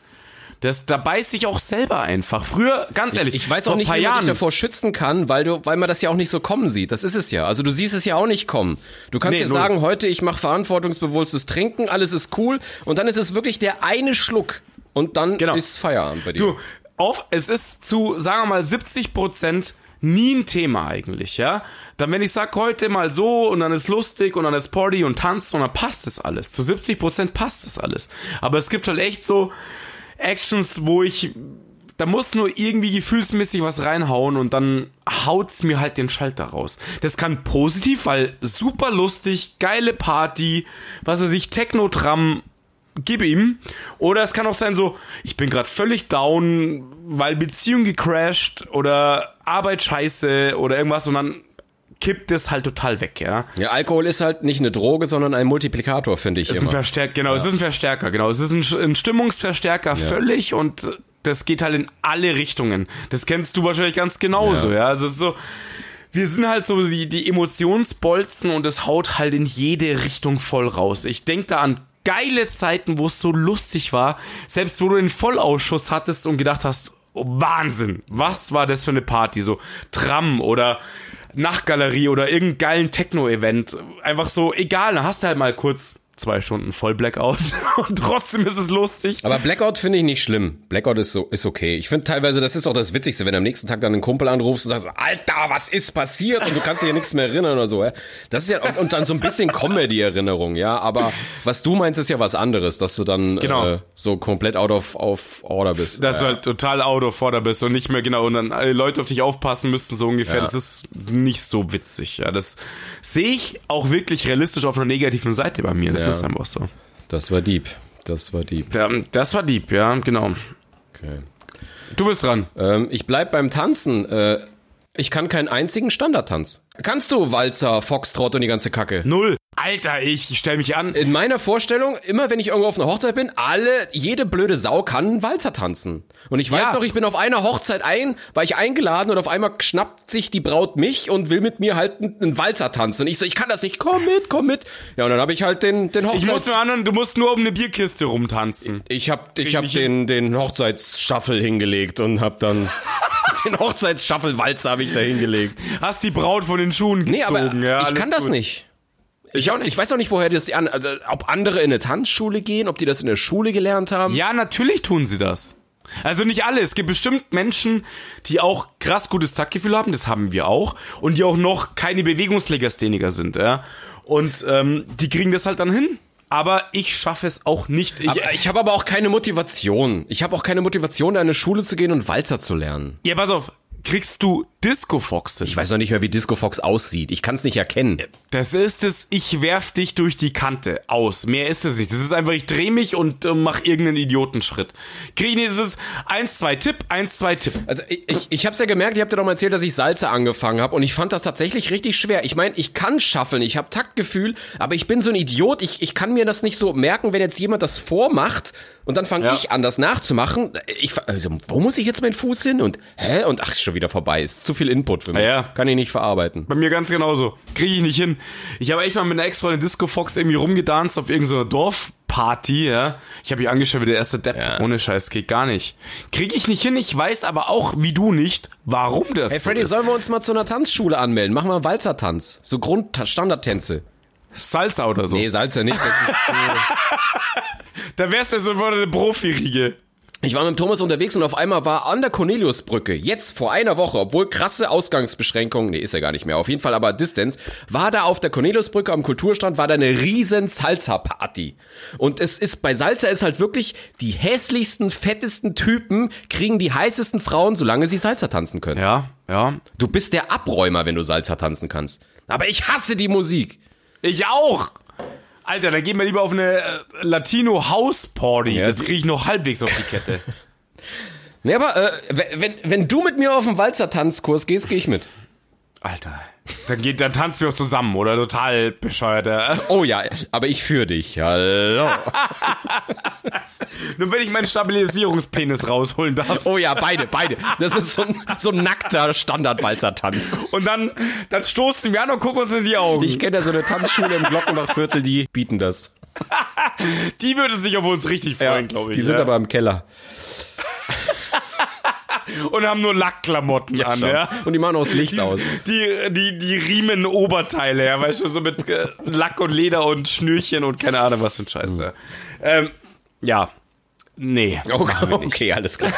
[SPEAKER 2] Das, da beiß ich auch selber einfach. Früher, ganz ehrlich,
[SPEAKER 1] Ich, ich weiß
[SPEAKER 2] vor
[SPEAKER 1] auch
[SPEAKER 2] ein
[SPEAKER 1] nicht,
[SPEAKER 2] paar
[SPEAKER 1] wie man
[SPEAKER 2] Jahren,
[SPEAKER 1] dich davor schützen kann, weil du, weil man das ja auch nicht so kommen sieht. Das ist es ja. Also du siehst es ja auch nicht kommen. Du kannst
[SPEAKER 2] Nee,
[SPEAKER 1] ja
[SPEAKER 2] null.
[SPEAKER 1] sagen, heute ich mache verantwortungsbewusstes Trinken, alles ist cool und dann ist es wirklich der eine Schluck und dann
[SPEAKER 2] Genau.
[SPEAKER 1] ist Feierabend bei dir.
[SPEAKER 2] Du, auf, es ist zu, sagen wir mal, siebzig Prozent nie ein Thema eigentlich, ja. Dann, wenn ich sag heute mal so und dann ist lustig und dann ist Party und Tanz und dann passt es alles. Zu siebzig Prozent passt es alles. Aber es gibt halt echt so Actions, wo ich, da muss nur irgendwie gefühlsmäßig was reinhauen und dann haut's mir halt den Schalter raus. Das kann positiv, weil super lustig, geile Party, was weiß ich, Techno-Tram, gib ihm. Oder es kann auch sein so, ich bin gerade völlig down, weil Beziehung gecrashed oder Arbeit scheiße oder irgendwas und dann kippt es halt total weg, ja.
[SPEAKER 1] Ja, Alkohol ist halt nicht eine Droge, sondern ein Multiplikator, finde ich
[SPEAKER 2] Es ist ein
[SPEAKER 1] immer.
[SPEAKER 2] Verstärker, genau, ja. es ist ein Verstärker, genau. Es ist ein, ein Stimmungsverstärker ja. völlig und das geht halt in alle Richtungen. Das kennst du wahrscheinlich ganz genauso, ja. ja? Also es ist so, wir sind halt so die, die Emotionsbolzen und es haut halt in jede Richtung voll raus. Ich denk da an geile Zeiten, wo es so lustig war, selbst wo du den Vollausschuss hattest und gedacht hast, oh, Wahnsinn, was war das für eine Party? So Tram oder Nachtgalerie oder irgendeinen geilen Techno-Event. Einfach so, egal, dann hast du halt mal kurz zwei Stunden voll Blackout und trotzdem ist es lustig.
[SPEAKER 1] Aber Blackout finde ich nicht schlimm. Blackout ist so ist okay. Ich finde teilweise, das ist auch das Witzigste, wenn du am nächsten Tag dann einen Kumpel anrufst und sagst, Alter, was ist passiert? Und du kannst dich ja nichts mehr erinnern oder so. Ja? Das ist ja und, und dann so ein bisschen Comedy-Erinnerung, ja. Aber was du meinst, ist ja was anderes, dass du dann
[SPEAKER 2] genau.
[SPEAKER 1] äh, so komplett out of, of order bist.
[SPEAKER 2] Dass
[SPEAKER 1] ja.
[SPEAKER 2] du halt total out of order bist und nicht mehr genau und dann alle Leute auf dich aufpassen müssten, so ungefähr.
[SPEAKER 1] Ja.
[SPEAKER 2] Das ist nicht so witzig. Ja, das sehe ich auch wirklich realistisch auf einer negativen Seite bei mir. Das
[SPEAKER 1] Ja.
[SPEAKER 2] ist einfach so.
[SPEAKER 1] Das war deep. Das war deep.
[SPEAKER 2] Ja, das war deep, ja, genau.
[SPEAKER 1] Okay.
[SPEAKER 2] Du bist dran.
[SPEAKER 1] Ähm, ich bleib beim Tanzen. Äh, ich kann keinen einzigen Standardtanz. Kannst du Walzer, Foxtrot und die ganze Kacke?
[SPEAKER 2] Null. Alter, ich, ich stell mich an.
[SPEAKER 1] In meiner Vorstellung, immer wenn ich irgendwo auf einer Hochzeit bin, alle, jede blöde Sau kann einen Walzer tanzen. Und ich weiß
[SPEAKER 2] Ja.
[SPEAKER 1] noch, ich bin auf einer Hochzeit ein, war ich eingeladen und auf einmal schnappt sich die Braut mich und will mit mir halt einen, einen Walzer tanzen. Und ich so, ich kann das nicht, komm mit, komm mit. Ja, und dann habe ich halt den, den
[SPEAKER 2] Ich muss
[SPEAKER 1] Hochzeits...
[SPEAKER 2] nur anderen, du musst nur um eine Bierkiste rumtanzen.
[SPEAKER 1] Ich hab, ich hab
[SPEAKER 2] nicht
[SPEAKER 1] den, den Hochzeitsshuffle hingelegt und hab dann... den Hochzeitsshuffle-Walzer habe ich da hingelegt.
[SPEAKER 2] Hast die Braut von den Schuhen gezogen,
[SPEAKER 1] Nee, aber
[SPEAKER 2] ja.
[SPEAKER 1] ich
[SPEAKER 2] alles
[SPEAKER 1] kann das
[SPEAKER 2] gut.
[SPEAKER 1] nicht. Ich, auch nicht. Ich weiß auch nicht, woher das an, also ob andere in eine Tanzschule gehen, ob die das in der Schule gelernt haben.
[SPEAKER 2] Ja, natürlich tun sie das. Also nicht alle. Es gibt bestimmt Menschen, die auch krass gutes Taktgefühl haben, das haben wir auch, und die auch noch keine Bewegungslegastheniker sind, ja. Und ähm, die kriegen das halt dann hin. Aber ich schaffe es auch nicht. Ich,
[SPEAKER 1] Aber ich habe aber auch keine Motivation. Ich habe auch keine Motivation, in eine Schule zu gehen und Walzer zu lernen.
[SPEAKER 2] ja, pass auf. Kriegst du Disco Fox hin?
[SPEAKER 1] Ich weiß noch nicht mehr, wie Disco Fox aussieht. Ich kann es nicht erkennen.
[SPEAKER 2] Das ist es, ich werf dich durch die Kante aus. Mehr ist es nicht. Das ist einfach, ich dreh mich und äh, mach irgendeinen Idiotenschritt. Krieg ich nicht, das ist eins, zwei Tipp, eins, zwei Tipp.
[SPEAKER 1] Also ich, ich, ich habe es ja gemerkt, ich habe dir doch mal erzählt, dass ich Salsa angefangen habe und ich fand das tatsächlich richtig schwer. Ich meine, ich kann schaffeln, ich habe Taktgefühl, aber ich bin so ein Idiot, ich, ich kann mir das nicht so merken, wenn jetzt jemand das vormacht und dann fange
[SPEAKER 2] Ja.
[SPEAKER 1] ich an, das nachzumachen. Ich, also, wo muss ich jetzt meinen Fuß hin? Und hä? Und ach, ist schon wieder vorbei. Ist zu viel Input für mich.
[SPEAKER 2] Ja, ja.
[SPEAKER 1] Kann ich nicht verarbeiten.
[SPEAKER 2] Bei mir ganz genauso. Krieg ich nicht hin. Ich habe echt mal mit einer Ex-Freundin Disco Fox irgendwie rumgedanzt auf irgendeiner Dorfparty, ja. Ich habe mich angeschaut wie der erste Depp.
[SPEAKER 1] Ja.
[SPEAKER 2] Ohne Scheiß, geht gar nicht. Krieg ich nicht hin. Ich weiß aber auch, wie du nicht, warum das
[SPEAKER 1] Hey Freddy,
[SPEAKER 2] so ist.
[SPEAKER 1] sollen wir uns mal zu einer Tanzschule anmelden? Machen wir einen Walzertanz. So Grund-Standardtänze.
[SPEAKER 2] Salsa oder so.
[SPEAKER 1] Nee, Salsa nicht. Das ist zu
[SPEAKER 2] Da wärst du sofort eine Profiriege.
[SPEAKER 1] Ich war mit Thomas unterwegs und auf einmal war an der Corneliusbrücke, jetzt vor einer Woche, obwohl krasse Ausgangsbeschränkungen, nee, ist ja gar nicht mehr, auf jeden Fall aber Distance, war da auf der Corneliusbrücke am Kulturstrand, war da eine riesen Salsa-Party. Und es ist, bei Salsa ist halt wirklich, die hässlichsten, fettesten Typen kriegen die heißesten Frauen, solange sie Salsa tanzen können.
[SPEAKER 2] Ja, ja.
[SPEAKER 1] Du bist der Abräumer, wenn du Salsa tanzen kannst. Aber ich hasse die Musik.
[SPEAKER 2] Ich auch. Alter, da gehen wir lieber auf eine äh, Latino-House-Party.
[SPEAKER 1] Ja,
[SPEAKER 2] das
[SPEAKER 1] die-
[SPEAKER 2] kriege ich noch halbwegs auf die Kette.
[SPEAKER 1] Nee, aber äh, wenn, wenn du mit mir auf den Walzer-Tanzkurs gehst, gehe ich mit.
[SPEAKER 2] Alter, dann, geht, dann tanzen wir auch zusammen, oder? Total bescheuert. Ja.
[SPEAKER 1] Oh ja, aber ich für dich. Hallo.
[SPEAKER 2] Nur wenn ich meinen Stabilisierungspenis rausholen darf.
[SPEAKER 1] Oh ja, beide, beide. Das ist so ein, so ein nackter Standard-Walzer-Tanz.
[SPEAKER 2] Und dann, dann stoßen wir an und gucken uns in die Augen.
[SPEAKER 1] Ich kenne ja so eine Tanzschule im Glockenbachviertel, die bieten das.
[SPEAKER 2] Die würde sich auf uns richtig freuen, ja, glaube ich.
[SPEAKER 1] Die sind
[SPEAKER 2] ja.
[SPEAKER 1] aber im Keller.
[SPEAKER 2] Und haben nur Lackklamotten ja, an, schon. ja.
[SPEAKER 1] Und die machen auch das Licht
[SPEAKER 2] die,
[SPEAKER 1] aus.
[SPEAKER 2] Die, die, die riemen Oberteile, ja, weißt du, so mit äh, Lack und Leder und Schnürchen und keine Ahnung, was für ein Scheiß. Mhm. Ähm, ja. Nee.
[SPEAKER 1] Okay, okay, alles klar.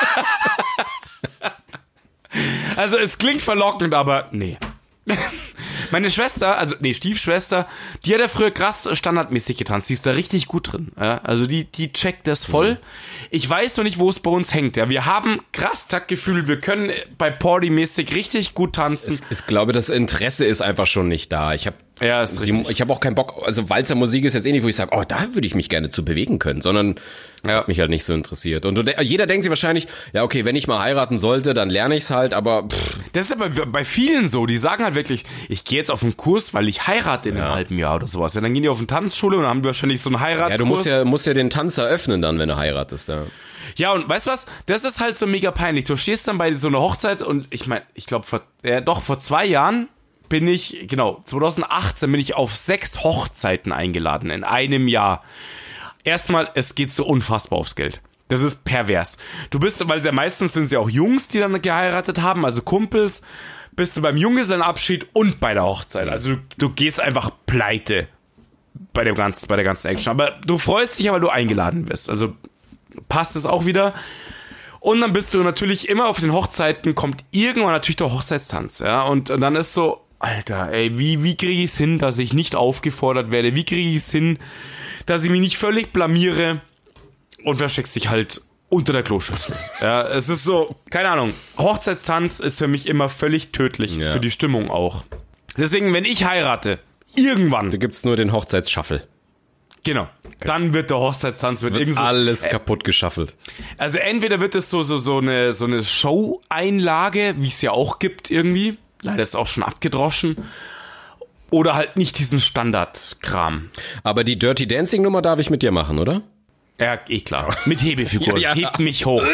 [SPEAKER 2] Also, es klingt verlockend, aber nee. Meine Schwester, also nee, Stiefschwester, die hat ja früher krass standardmäßig getanzt. Die ist da richtig gut drin. Ja? Also die, die checkt das voll. Mhm. Ich weiß noch nicht, wo es bei uns hängt. Ja, wir haben krass Taktgefühl. Wir können bei Party-mäßig richtig gut tanzen.
[SPEAKER 1] Ich glaube, das Interesse ist einfach schon nicht da. Ich habe
[SPEAKER 2] ja, ist richtig.
[SPEAKER 1] Die, ich habe auch keinen Bock. Also Walzermusik ist jetzt eh nicht, wo ich sage, oh, da würde ich mich gerne zu bewegen können, sondern ja. hat mich halt nicht so interessiert. Und du, jeder denkt sich wahrscheinlich, ja okay, wenn ich mal heiraten sollte, dann lerne ich's halt. Aber pff.
[SPEAKER 2] Das ist aber bei vielen so. Die sagen halt wirklich, ich gehe jetzt auf einen Kurs, weil ich heirate in einem ja. halben Jahr oder sowas. Ja, dann gehen die auf eine Tanzschule und dann haben die wahrscheinlich so einen Heiratskurs.
[SPEAKER 1] Ja, du musst ja, musst ja den Tanz eröffnen dann, wenn du heiratest. Ja.
[SPEAKER 2] Ja, und weißt du was? Das ist halt so mega peinlich. Du stehst dann bei so einer Hochzeit und ich meine, ich glaube, vor, ja, doch, vor zwei Jahren bin ich, genau, zwanzig achtzehn bin ich auf sechs Hochzeiten eingeladen in einem Jahr. Erstmal, es geht so unfassbar aufs Geld. Das ist pervers. Du bist, weil ja meistens sind es ja auch Jungs, die dann geheiratet haben, also Kumpels, bist du beim Junggesellenabschied und bei der Hochzeit. Also du, du gehst einfach pleite bei dem ganzen, bei der ganzen Action. Aber du freust dich ja, weil du eingeladen wirst. Also passt es auch wieder. Und dann bist du natürlich immer auf den Hochzeiten, kommt irgendwann natürlich der Hochzeitstanz, ja, und, und dann ist so, Alter, ey, wie, wie kriege ich es hin, dass ich nicht aufgefordert werde? Wie kriege ich es hin, dass ich mich nicht völlig blamiere? Und versteckst dich halt unter der Kloschüssel. Ja, es ist so, keine Ahnung, Hochzeitstanz ist für mich immer völlig tödlich, ja. für die Stimmung auch. Deswegen, wenn ich heirate, irgendwann.
[SPEAKER 1] Da gibt's nur den Hochzeitsshuffle.
[SPEAKER 2] Genau. Okay. Dann wird der Hochzeitstanz wird,
[SPEAKER 1] wird
[SPEAKER 2] irgend so,
[SPEAKER 1] alles
[SPEAKER 2] äh,
[SPEAKER 1] kaputt geschaffelt.
[SPEAKER 2] Also entweder wird es so so so eine so eine Show-Einlage, wie es ja auch gibt irgendwie. Leider ist es auch schon abgedroschen. Oder halt nicht diesen Standardkram.
[SPEAKER 1] Aber die Dirty Dancing Nummer darf ich mit dir machen, oder?
[SPEAKER 2] Ja, eh klar. Mit Hebefigur. ja, ja. Hebt mich hoch.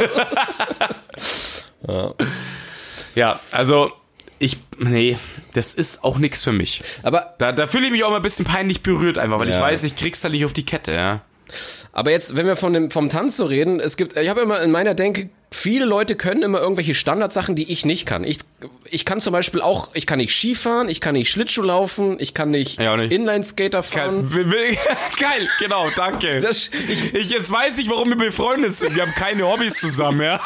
[SPEAKER 2] ja. ja, also ich, nee, das ist auch nichts für mich. Aber da, da fühle ich mich auch mal ein bisschen peinlich berührt einfach, weil ja. ich weiß, ich krieg's halt nicht auf die Kette, ja.
[SPEAKER 1] Aber jetzt, wenn wir von dem, vom Tanz so reden, es gibt, ich habe immer in meiner Denke, viele Leute können immer irgendwelche Standardsachen, die ich nicht kann. Ich, ich kann zum Beispiel auch, ich kann nicht Skifahren, ich kann nicht Schlittschuh laufen, ich kann nicht, ja, nicht. Inline-Skater fahren.
[SPEAKER 2] Geil. Geil, genau, danke. Das, ich, ich, jetzt weiß ich, warum wir befreundet sind. Wir haben keine Hobbys zusammen, ja.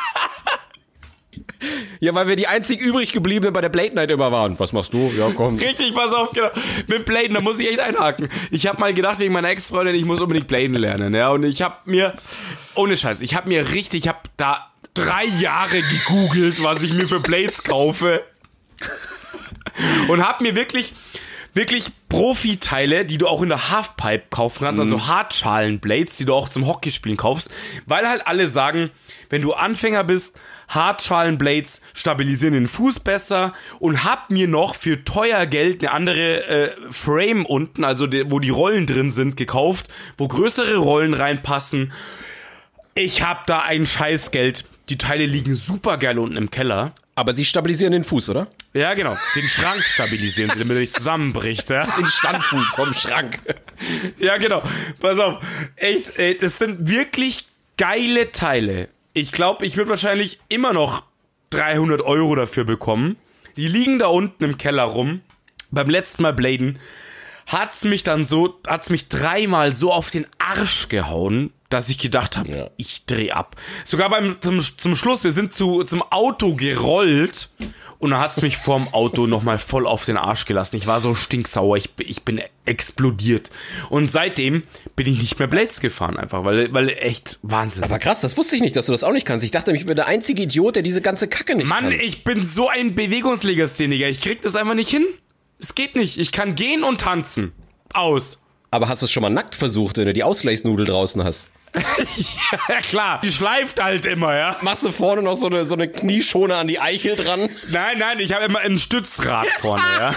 [SPEAKER 1] Ja, weil wir die einzig übrig gebliebenen bei der Blade Night immer waren. Was machst du? Ja, komm.
[SPEAKER 2] Richtig, pass auf, genau. Mit Bladen, da muss ich echt einhaken. Ich habe mal gedacht, wegen meiner Ex-Freundin, ich muss unbedingt Bladen lernen, ja. Und ich habe mir, ohne Scheiß, ich habe mir richtig, ich habe da drei Jahre gegoogelt, was ich mir für Blades kaufe. Und habe mir wirklich, wirklich Profiteile, die du auch in der Halfpipe kaufen kannst, also Hartschalen-Blades, die du auch zum Hockeyspielen kaufst, weil halt alle sagen, wenn du Anfänger bist, Hartschalenblades stabilisieren den Fuß besser und hab mir noch für teuer Geld eine andere äh, Frame unten, also de, wo die Rollen drin sind, gekauft, wo größere Rollen reinpassen. Ich hab da ein Scheißgeld. Die Teile liegen super geil unten im Keller.
[SPEAKER 1] Aber sie stabilisieren den Fuß, oder?
[SPEAKER 2] Ja, genau. Den Schrank stabilisieren sie, damit er nicht zusammenbricht. Ja?
[SPEAKER 1] Den Standfuß vom Schrank.
[SPEAKER 2] Ja, genau. Pass auf. Echt, ey, das sind wirklich geile Teile. Ich glaube, ich würde wahrscheinlich immer noch dreihundert Euro dafür bekommen. Die liegen da unten im Keller rum. Beim letzten Mal Bladen hat's mich dann so, hat's mich dreimal so auf den Arsch gehauen, dass ich gedacht habe, ja. ich dreh ab. Sogar beim zum, zum Schluss, wir sind zu zum Auto gerollt und dann hat's mich vorm Auto nochmal voll auf den Arsch gelassen. Ich war so stinksauer, ich, ich bin explodiert. Und seitdem bin ich nicht mehr Blades gefahren, einfach, weil, weil echt Wahnsinn.
[SPEAKER 1] Aber krass, das wusste ich nicht, dass du das auch nicht kannst. Ich dachte, ich bin der einzige Idiot, der diese ganze Kacke nicht
[SPEAKER 2] Mann,
[SPEAKER 1] kann.
[SPEAKER 2] Mann, ich bin so ein Bewegungslegastheniker. Ich krieg das einfach nicht hin. Es geht nicht. Ich kann gehen und tanzen. Aus.
[SPEAKER 1] Aber hast du es schon mal nackt versucht, wenn du die Ausgleichsnudel draußen hast?
[SPEAKER 2] Ja, klar. Die schleift halt immer, ja.
[SPEAKER 1] Machst du vorne noch so eine, so eine Knieschone an die Eichel dran?
[SPEAKER 2] Nein, nein, ich habe immer ein Stützrad vorne, ja.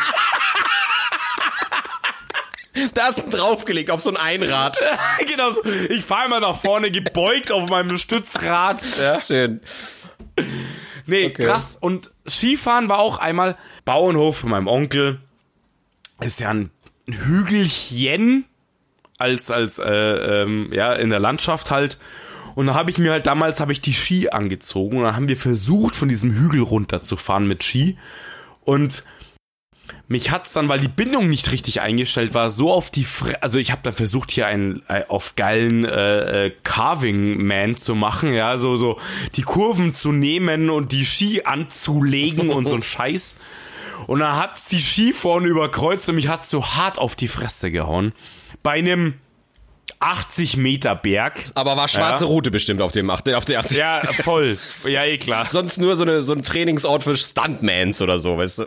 [SPEAKER 1] Da hast du draufgelegt, auf so ein Einrad.
[SPEAKER 2] Genau so. Ich fahre immer nach vorne gebeugt auf meinem Stützrad.
[SPEAKER 1] Ja, schön.
[SPEAKER 2] Nee,
[SPEAKER 1] Okay.
[SPEAKER 2] krass. Und Skifahren war auch einmal Bauernhof von meinem Onkel. Ist ja ein Hügelchen als, als, äh, ähm, ja, in der Landschaft halt. Und da habe ich mir halt, damals habe ich die Ski angezogen und dann haben wir versucht, von diesem Hügel runterzufahren mit Ski. Und mich hat's dann, weil die Bindung nicht richtig eingestellt war, so auf die Fre- also ich habe dann versucht, hier einen äh, auf geilen äh, äh, Carving-Man zu machen, ja, so so die Kurven zu nehmen und die Ski anzulegen und so ein Scheiß. Und dann hat's die Ski vorne überkreuzt und mich hat's so hart auf die Fresse gehauen. Bei einem achtzig Meter Berg.
[SPEAKER 1] Aber war schwarze
[SPEAKER 2] Ja.
[SPEAKER 1] Route bestimmt auf dem acht, auf der achtzig.
[SPEAKER 2] Ja, voll. Ja, eh klar.
[SPEAKER 1] Sonst nur so, eine, so ein Trainingsort für Stuntmans oder so, weißt du.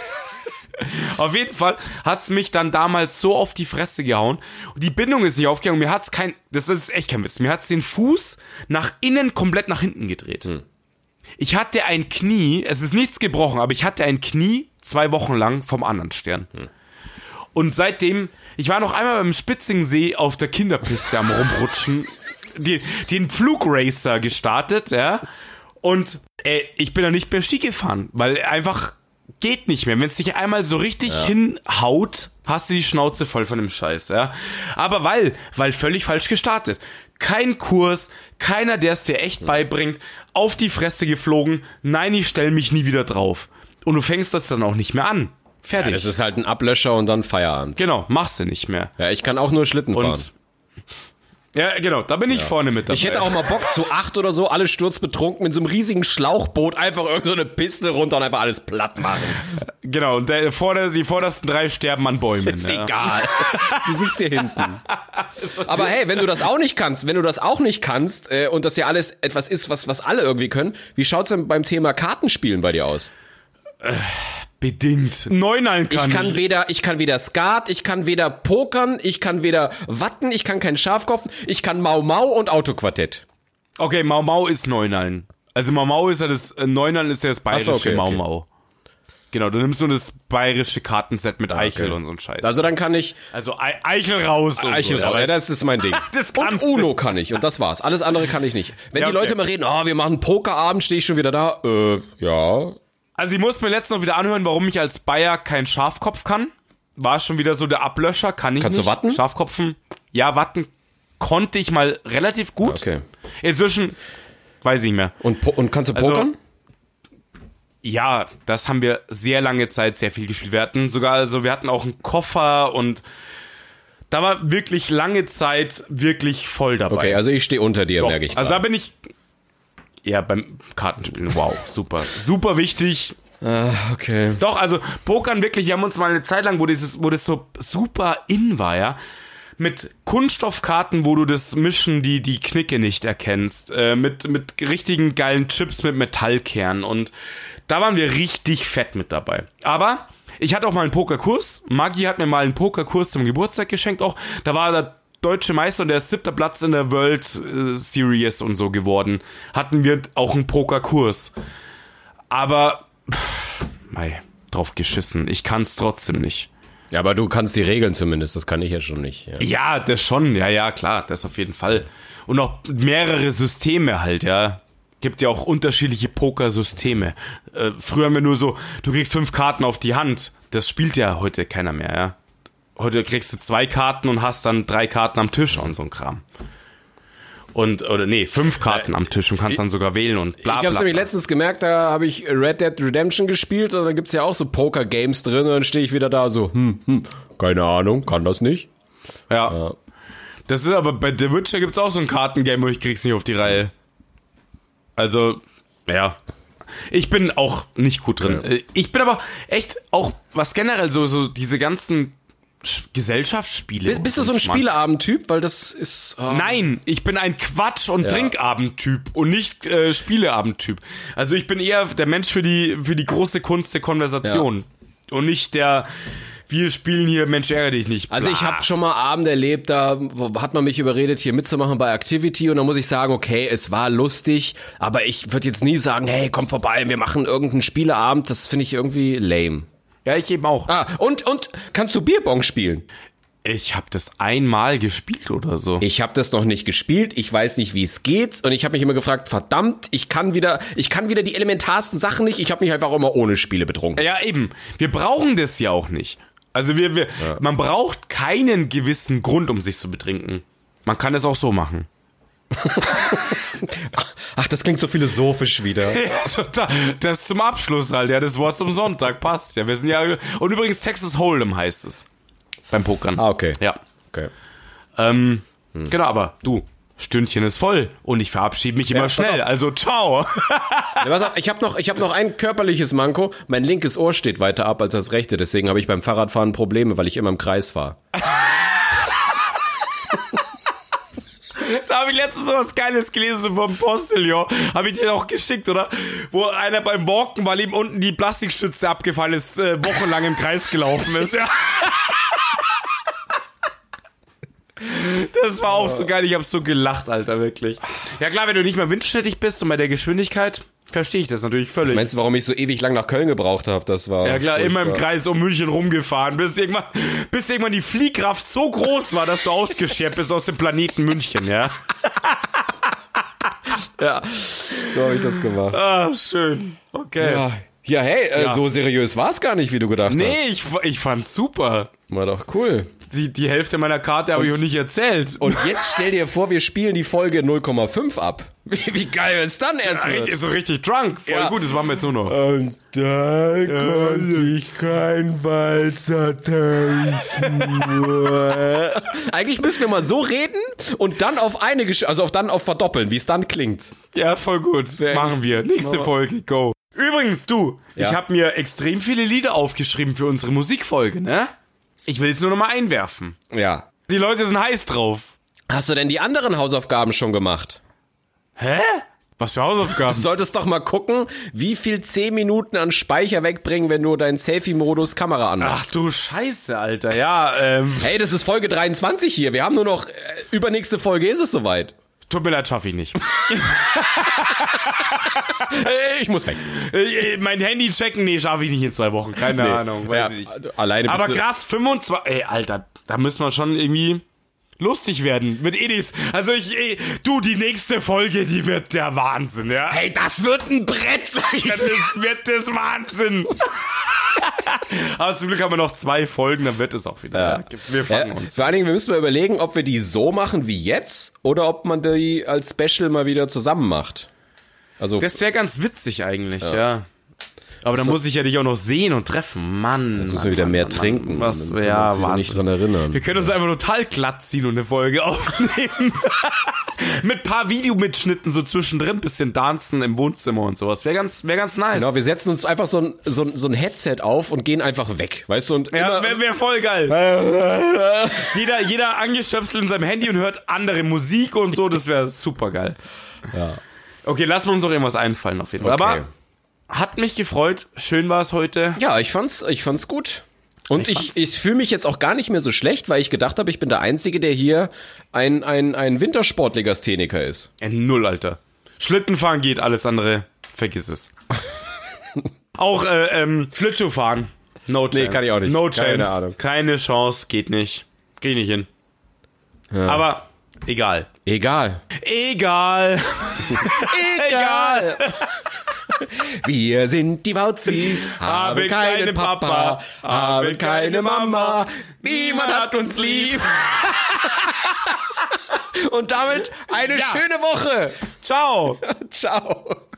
[SPEAKER 2] Auf jeden Fall hat's mich dann damals so auf die Fresse gehauen. Und die Bindung ist nicht aufgegangen. Mir hat's kein, das ist echt kein Witz. Mir hat's den Fuß nach innen komplett nach hinten gedreht. Hm. Ich hatte ein Knie, es ist nichts gebrochen, aber ich hatte ein Knie zwei Wochen lang vom anderen Stern. Hm. Und seitdem, ich war noch einmal beim Spitzingsee auf der Kinderpiste am Rumrutschen, den, den Flugracer gestartet, ja. Und äh, ich bin da nicht mehr Ski gefahren, weil einfach geht nicht mehr. Wenn es dich einmal so richtig ja. hinhaut, hast du die Schnauze voll von dem Scheiß, ja. Aber weil, weil völlig falsch gestartet. Kein Kurs, keiner, der es dir echt beibringt, auf die Fresse geflogen, nein, ich stell mich nie wieder drauf. Und du fängst das dann auch nicht mehr an. Fertig.
[SPEAKER 1] Ja, das ist halt ein Ablöscher und dann Feierabend.
[SPEAKER 2] Genau, machst du nicht mehr.
[SPEAKER 1] Ja, ich kann auch nur Schlitten fahren.
[SPEAKER 2] Und ja, genau, da bin ich ja. vorne mit dabei.
[SPEAKER 1] Ich hätte auch mal Bock, zu acht oder so, alle sturzbetrunken mit so einem riesigen Schlauchboot einfach irgend so eine Piste runter und einfach alles platt machen.
[SPEAKER 2] Genau, und der, vorder, die vordersten drei sterben an Bäumen.
[SPEAKER 1] Ist
[SPEAKER 2] ja.
[SPEAKER 1] egal. Du sitzt hier hinten. Aber hey, wenn du das auch nicht kannst, wenn du das auch nicht kannst äh, und das ja alles etwas ist, was, was alle irgendwie können, wie schaut's denn beim Thema Kartenspielen bei dir aus?
[SPEAKER 2] Äh, bedingt. Neunallen kann
[SPEAKER 1] ich. kann weder, ich kann weder Skat, ich kann weder pokern, ich kann weder Watten, ich kann keinen Schafkopf, ich kann Mau Mau und Autoquartett.
[SPEAKER 2] Okay, Mau Mau ist Neunallen. Also Mau Mau ist ja das, äh, Neunallen ist ja das bayerische
[SPEAKER 1] Ach so, okay,
[SPEAKER 2] Mau
[SPEAKER 1] okay.
[SPEAKER 2] Mau. Genau, du nimmst nur das bayerische Kartenset mit Eichel
[SPEAKER 1] Okay.
[SPEAKER 2] und so ein Scheiß.
[SPEAKER 1] Also dann kann ich
[SPEAKER 2] Also Ei- Eichel raus. Und
[SPEAKER 1] Eichel
[SPEAKER 2] so,
[SPEAKER 1] raus,
[SPEAKER 2] ja,
[SPEAKER 1] ja, das ist mein Ding.
[SPEAKER 2] Das
[SPEAKER 1] Und
[SPEAKER 2] kannst du.
[SPEAKER 1] Uno kann ich und das war's. Alles andere kann ich nicht. Wenn
[SPEAKER 2] Ja,
[SPEAKER 1] die Leute
[SPEAKER 2] okay.
[SPEAKER 1] mal reden, oh, wir machen Pokerabend, stehe ich schon wieder da. Äh, ja.
[SPEAKER 2] Also ich muss mir letztens noch wieder anhören, warum ich als Bayer kein Schafkopf kann. War schon wieder so der Ablöscher, kann ich
[SPEAKER 1] Kannst
[SPEAKER 2] nicht.
[SPEAKER 1] du Watten?
[SPEAKER 2] Schafkopfen, ja, Watten konnte ich mal relativ gut.
[SPEAKER 1] Okay.
[SPEAKER 2] Inzwischen weiß ich nicht mehr.
[SPEAKER 1] Und, po- und kannst du
[SPEAKER 2] Also-
[SPEAKER 1] pokern?
[SPEAKER 2] Ja, das haben wir sehr lange Zeit sehr viel gespielt. Wir hatten sogar, also wir hatten auch einen Koffer und da war wirklich lange Zeit wirklich voll dabei.
[SPEAKER 1] Okay, also ich stehe unter dir,
[SPEAKER 2] Doch,
[SPEAKER 1] merke ich.
[SPEAKER 2] also da
[SPEAKER 1] grad.
[SPEAKER 2] bin ich, ja, beim Kartenspielen, wow, super, super wichtig.
[SPEAKER 1] Ah, okay.
[SPEAKER 2] Doch, also Pokern wirklich, wir haben uns mal eine Zeit lang, wo dieses, wo das so super in war, ja, mit Kunststoffkarten, wo du das Mischen, die, die Knicke nicht erkennst, äh, mit, mit richtigen geilen Chips mit Metallkern und da waren wir richtig fett mit dabei. Aber ich hatte auch mal einen Pokerkurs, Maggi hat mir mal einen Pokerkurs zum Geburtstag geschenkt auch, da war der deutsche Meister und der ist siebter Platz in der World äh, Series und so geworden, hatten wir auch einen Pokerkurs. Aber pff, mei, drauf geschissen. Ich kann's trotzdem nicht.
[SPEAKER 1] Ja, aber du kannst die Regeln zumindest, das kann ich ja schon nicht. Ja.
[SPEAKER 2] Ja, das schon. Ja, ja, klar, das auf jeden Fall. Und noch mehrere Systeme halt, ja. Gibt ja auch unterschiedliche Pokersysteme. Äh, früher haben wir nur so, du kriegst fünf Karten auf die Hand. Das spielt ja heute keiner mehr, ja. Heute kriegst du zwei Karten und hast dann drei Karten am Tisch und so ein Kram. Und, oder nee, fünf Karten am Tisch und kannst dann sogar wählen und bla bla.
[SPEAKER 1] Ich hab's
[SPEAKER 2] bla.
[SPEAKER 1] nämlich letztens gemerkt, da habe ich Red Dead Redemption gespielt und dann gibt's ja auch so Poker-Games drin und dann stehe ich wieder da so, hm, hm, keine Ahnung, kann das nicht.
[SPEAKER 2] Ja.
[SPEAKER 1] Ja.
[SPEAKER 2] Das ist aber, bei The Witcher gibt's auch so ein Kartengame, wo ich krieg's nicht auf die Reihe. Also, ja. Ich bin auch nicht gut drin.
[SPEAKER 1] Ja.
[SPEAKER 2] Ich bin aber echt auch, was generell so, so diese ganzen Sch- Gesellschaftsspiele.
[SPEAKER 1] Bist, bist du so ein
[SPEAKER 2] Schmarrn.
[SPEAKER 1] Spieleabend-Typ? Weil das ist... Oh.
[SPEAKER 2] Nein, ich bin ein Quatsch- und
[SPEAKER 1] Ja.
[SPEAKER 2] Trinkabend-Typ und nicht äh, Spieleabend-Typ. Also ich bin eher der Mensch für die, für die große Kunst der Konversation und nicht der wir spielen hier Mensch ärgere dich nicht. Bla.
[SPEAKER 1] Also ich habe schon mal Abende erlebt, da hat man mich überredet, hier mitzumachen bei Activity und da muss ich sagen, okay, es war lustig, aber ich würde jetzt nie sagen, hey, komm vorbei, wir machen irgendeinen Spieleabend, das finde ich irgendwie lame.
[SPEAKER 2] Ja, ich eben auch.
[SPEAKER 1] Ah, und, und, kannst du Bierbong spielen?
[SPEAKER 2] Ich habe das einmal gespielt oder so.
[SPEAKER 1] Ich habe das noch nicht gespielt, ich weiß nicht, wie es geht und ich habe mich immer gefragt, verdammt, ich kann wieder, ich kann wieder die elementarsten Sachen nicht, ich habe mich einfach immer ohne Spiele betrunken.
[SPEAKER 2] Ja, eben. Wir brauchen das ja auch nicht. Also wir, wir ja. man braucht keinen gewissen Grund, um sich zu betrinken. Man kann es auch so machen.
[SPEAKER 1] Ach, das klingt so philosophisch wieder.
[SPEAKER 2] Ja, total. Das zum Abschluss halt, ja, das Wort zum Sonntag passt. Ja, wir sind ja, und übrigens Texas Hold'em heißt es. Beim Pokern.
[SPEAKER 1] Ah, okay.
[SPEAKER 2] Ja.
[SPEAKER 1] Okay.
[SPEAKER 2] Ähm, hm. Genau, aber du, Stündchen ist voll und ich verabschiede mich immer ja, schnell. Also ciao.
[SPEAKER 1] Ja, ich habe noch, ich hab noch ein körperliches Manko. Mein linkes Ohr steht weiter ab als das rechte. Deswegen habe ich beim Fahrradfahren Probleme, weil ich immer im Kreis fahre.
[SPEAKER 2] Da habe ich letztens so was Geiles gelesen vom Postillon. Habe ich dir auch geschickt, oder? Wo einer beim Walken, weil ihm unten die Plastikstütze abgefallen ist, äh, wochenlang im Kreis gelaufen ist. Ja. Das war auch so geil. Ich habe so gelacht, Alter, wirklich. Ja klar, wenn du nicht mehr windständig bist und bei der Geschwindigkeit, verstehe ich das natürlich völlig.
[SPEAKER 1] Was meinst du, warum ich so ewig lang nach Köln gebraucht habe? Das war
[SPEAKER 2] ja klar,
[SPEAKER 1] furchtbar.
[SPEAKER 2] Immer im Kreis um München rumgefahren, bis irgendwann, bis irgendwann die Fliehkraft so groß war, dass du ausgeschert bist aus dem Planeten München, ja.
[SPEAKER 1] Ja, so habe ich das gemacht.
[SPEAKER 2] Ah, schön. Okay.
[SPEAKER 1] Ja, ja hey, äh,
[SPEAKER 2] Ja.
[SPEAKER 1] so seriös war es gar nicht, wie du gedacht
[SPEAKER 2] Nee,
[SPEAKER 1] hast.
[SPEAKER 2] ich, ich fand's super.
[SPEAKER 1] War doch cool.
[SPEAKER 2] Die, die Hälfte meiner Karte habe ich auch nicht erzählt.
[SPEAKER 1] Und jetzt stell dir vor, wir spielen die Folge null Komma fünf ab. Wie, wie geil es dann erst wird.
[SPEAKER 2] Ist so richtig drunk. Voll
[SPEAKER 1] Ja.
[SPEAKER 2] gut, das machen wir jetzt nur noch.
[SPEAKER 1] Und da konnte ich kein Walzer tanzen. Eigentlich müssen wir mal so reden und dann auf eine, Gesch- also auf dann auf verdoppeln, wie es dann klingt.
[SPEAKER 2] Ja, voll gut. Machen wir. Nächste
[SPEAKER 1] Mama.
[SPEAKER 2] Folge, go. Übrigens, du,
[SPEAKER 1] Ja.
[SPEAKER 2] ich habe mir extrem viele Lieder aufgeschrieben für unsere Musikfolge, ne? Ich will es nur noch mal einwerfen.
[SPEAKER 1] Ja.
[SPEAKER 2] Die Leute sind heiß drauf.
[SPEAKER 1] Hast du denn die anderen Hausaufgaben schon gemacht?
[SPEAKER 2] Hä? Was für Hausaufgaben?
[SPEAKER 1] Du solltest doch mal gucken, wie viel zehn Minuten an Speicher wegbringen, wenn du deinen Selfie-Modus Kamera
[SPEAKER 2] Ach
[SPEAKER 1] anmachst.
[SPEAKER 2] du Scheiße, Alter. Ja, ähm,
[SPEAKER 1] Hey, das ist Folge dreiundzwanzig hier. Wir haben nur noch, äh, übernächste Folge ist es soweit.
[SPEAKER 2] tut mir leid, schaffe ich nicht.
[SPEAKER 1] Äh, Ich muss weg.
[SPEAKER 2] Äh, mein Handy checken, nee, schaffe ich nicht in zwei Wochen. Keine
[SPEAKER 1] Nee.
[SPEAKER 2] Ahnung, weiß
[SPEAKER 1] Ja,
[SPEAKER 2] ich nicht.
[SPEAKER 1] alleine bist
[SPEAKER 2] Aber
[SPEAKER 1] du-
[SPEAKER 2] krass, fünfundzwanzig, ey, Alter, da müssen wir schon irgendwie lustig werden. Wird eh nichts. Also ich, ey, du, die nächste Folge, die wird der Wahnsinn, ja?
[SPEAKER 1] Hey, das wird ein Brett, sag ich
[SPEAKER 2] Das
[SPEAKER 1] dir.
[SPEAKER 2] ist, wird das Wahnsinn. Aber zum Glück haben wir noch zwei Folgen, dann wird es auch wieder.
[SPEAKER 1] Ja.
[SPEAKER 2] Wir fangen
[SPEAKER 1] Ja,
[SPEAKER 2] uns.
[SPEAKER 1] vor allen Dingen, wir müssen mal überlegen, ob wir die so machen wie jetzt oder ob man die als Special mal wieder zusammen macht. Also,
[SPEAKER 2] Das wäre ganz witzig eigentlich, ja. ja. Aber dann muss ich ja dich auch noch sehen und treffen. Mann.
[SPEAKER 1] jetzt müssen wir wieder mehr trinken.
[SPEAKER 2] Was,
[SPEAKER 1] Dann können wir
[SPEAKER 2] ja,
[SPEAKER 1] uns wieder
[SPEAKER 2] Wahnsinn.
[SPEAKER 1] nicht dran erinnern.
[SPEAKER 2] Wir können uns einfach total glatt ziehen und eine Folge aufnehmen. Mit paar Videomitschnitten so zwischendrin, bisschen tanzen im Wohnzimmer und sowas. Wäre ganz, wär ganz nice.
[SPEAKER 1] Genau, wir setzen uns einfach so ein, so, ein, so ein Headset auf und gehen einfach weg, weißt du? Und
[SPEAKER 2] Ja,
[SPEAKER 1] immer,
[SPEAKER 2] wäre wär voll geil. jeder, jeder angestöpselt in seinem Handy und hört andere Musik und so. Das wäre super geil.
[SPEAKER 1] Ja.
[SPEAKER 2] Okay, lassen wir uns noch irgendwas einfallen auf jeden Fall.
[SPEAKER 1] Okay.
[SPEAKER 2] Aber hat mich gefreut. Schön war es heute.
[SPEAKER 1] Ja, ich fand's, ich fand's gut. Und
[SPEAKER 2] Ich
[SPEAKER 1] ich,
[SPEAKER 2] fand's-
[SPEAKER 1] ich fühle mich jetzt auch gar nicht mehr so schlecht, weil ich gedacht habe, ich bin der Einzige, der hier ein, ein, ein Wintersportlegastheniker ist.
[SPEAKER 2] Äh, null, Alter. Schlittenfahren geht, alles andere, vergiss es. Auch äh, ähm, Schlittschuhfahren. No chance.
[SPEAKER 1] Nee, kann ich auch nicht.
[SPEAKER 2] No
[SPEAKER 1] Keine
[SPEAKER 2] chance.
[SPEAKER 1] Ahnung.
[SPEAKER 2] Keine Chance, geht nicht. Geh nicht hin. Aber egal.
[SPEAKER 1] Egal.
[SPEAKER 2] Egal.
[SPEAKER 1] Egal. Wir sind die Wauzis, haben keinen Papa, haben keine Mama, niemand hat uns lieb. Und damit eine
[SPEAKER 2] Ja.
[SPEAKER 1] schöne Woche.
[SPEAKER 2] Ciao.
[SPEAKER 1] Ciao.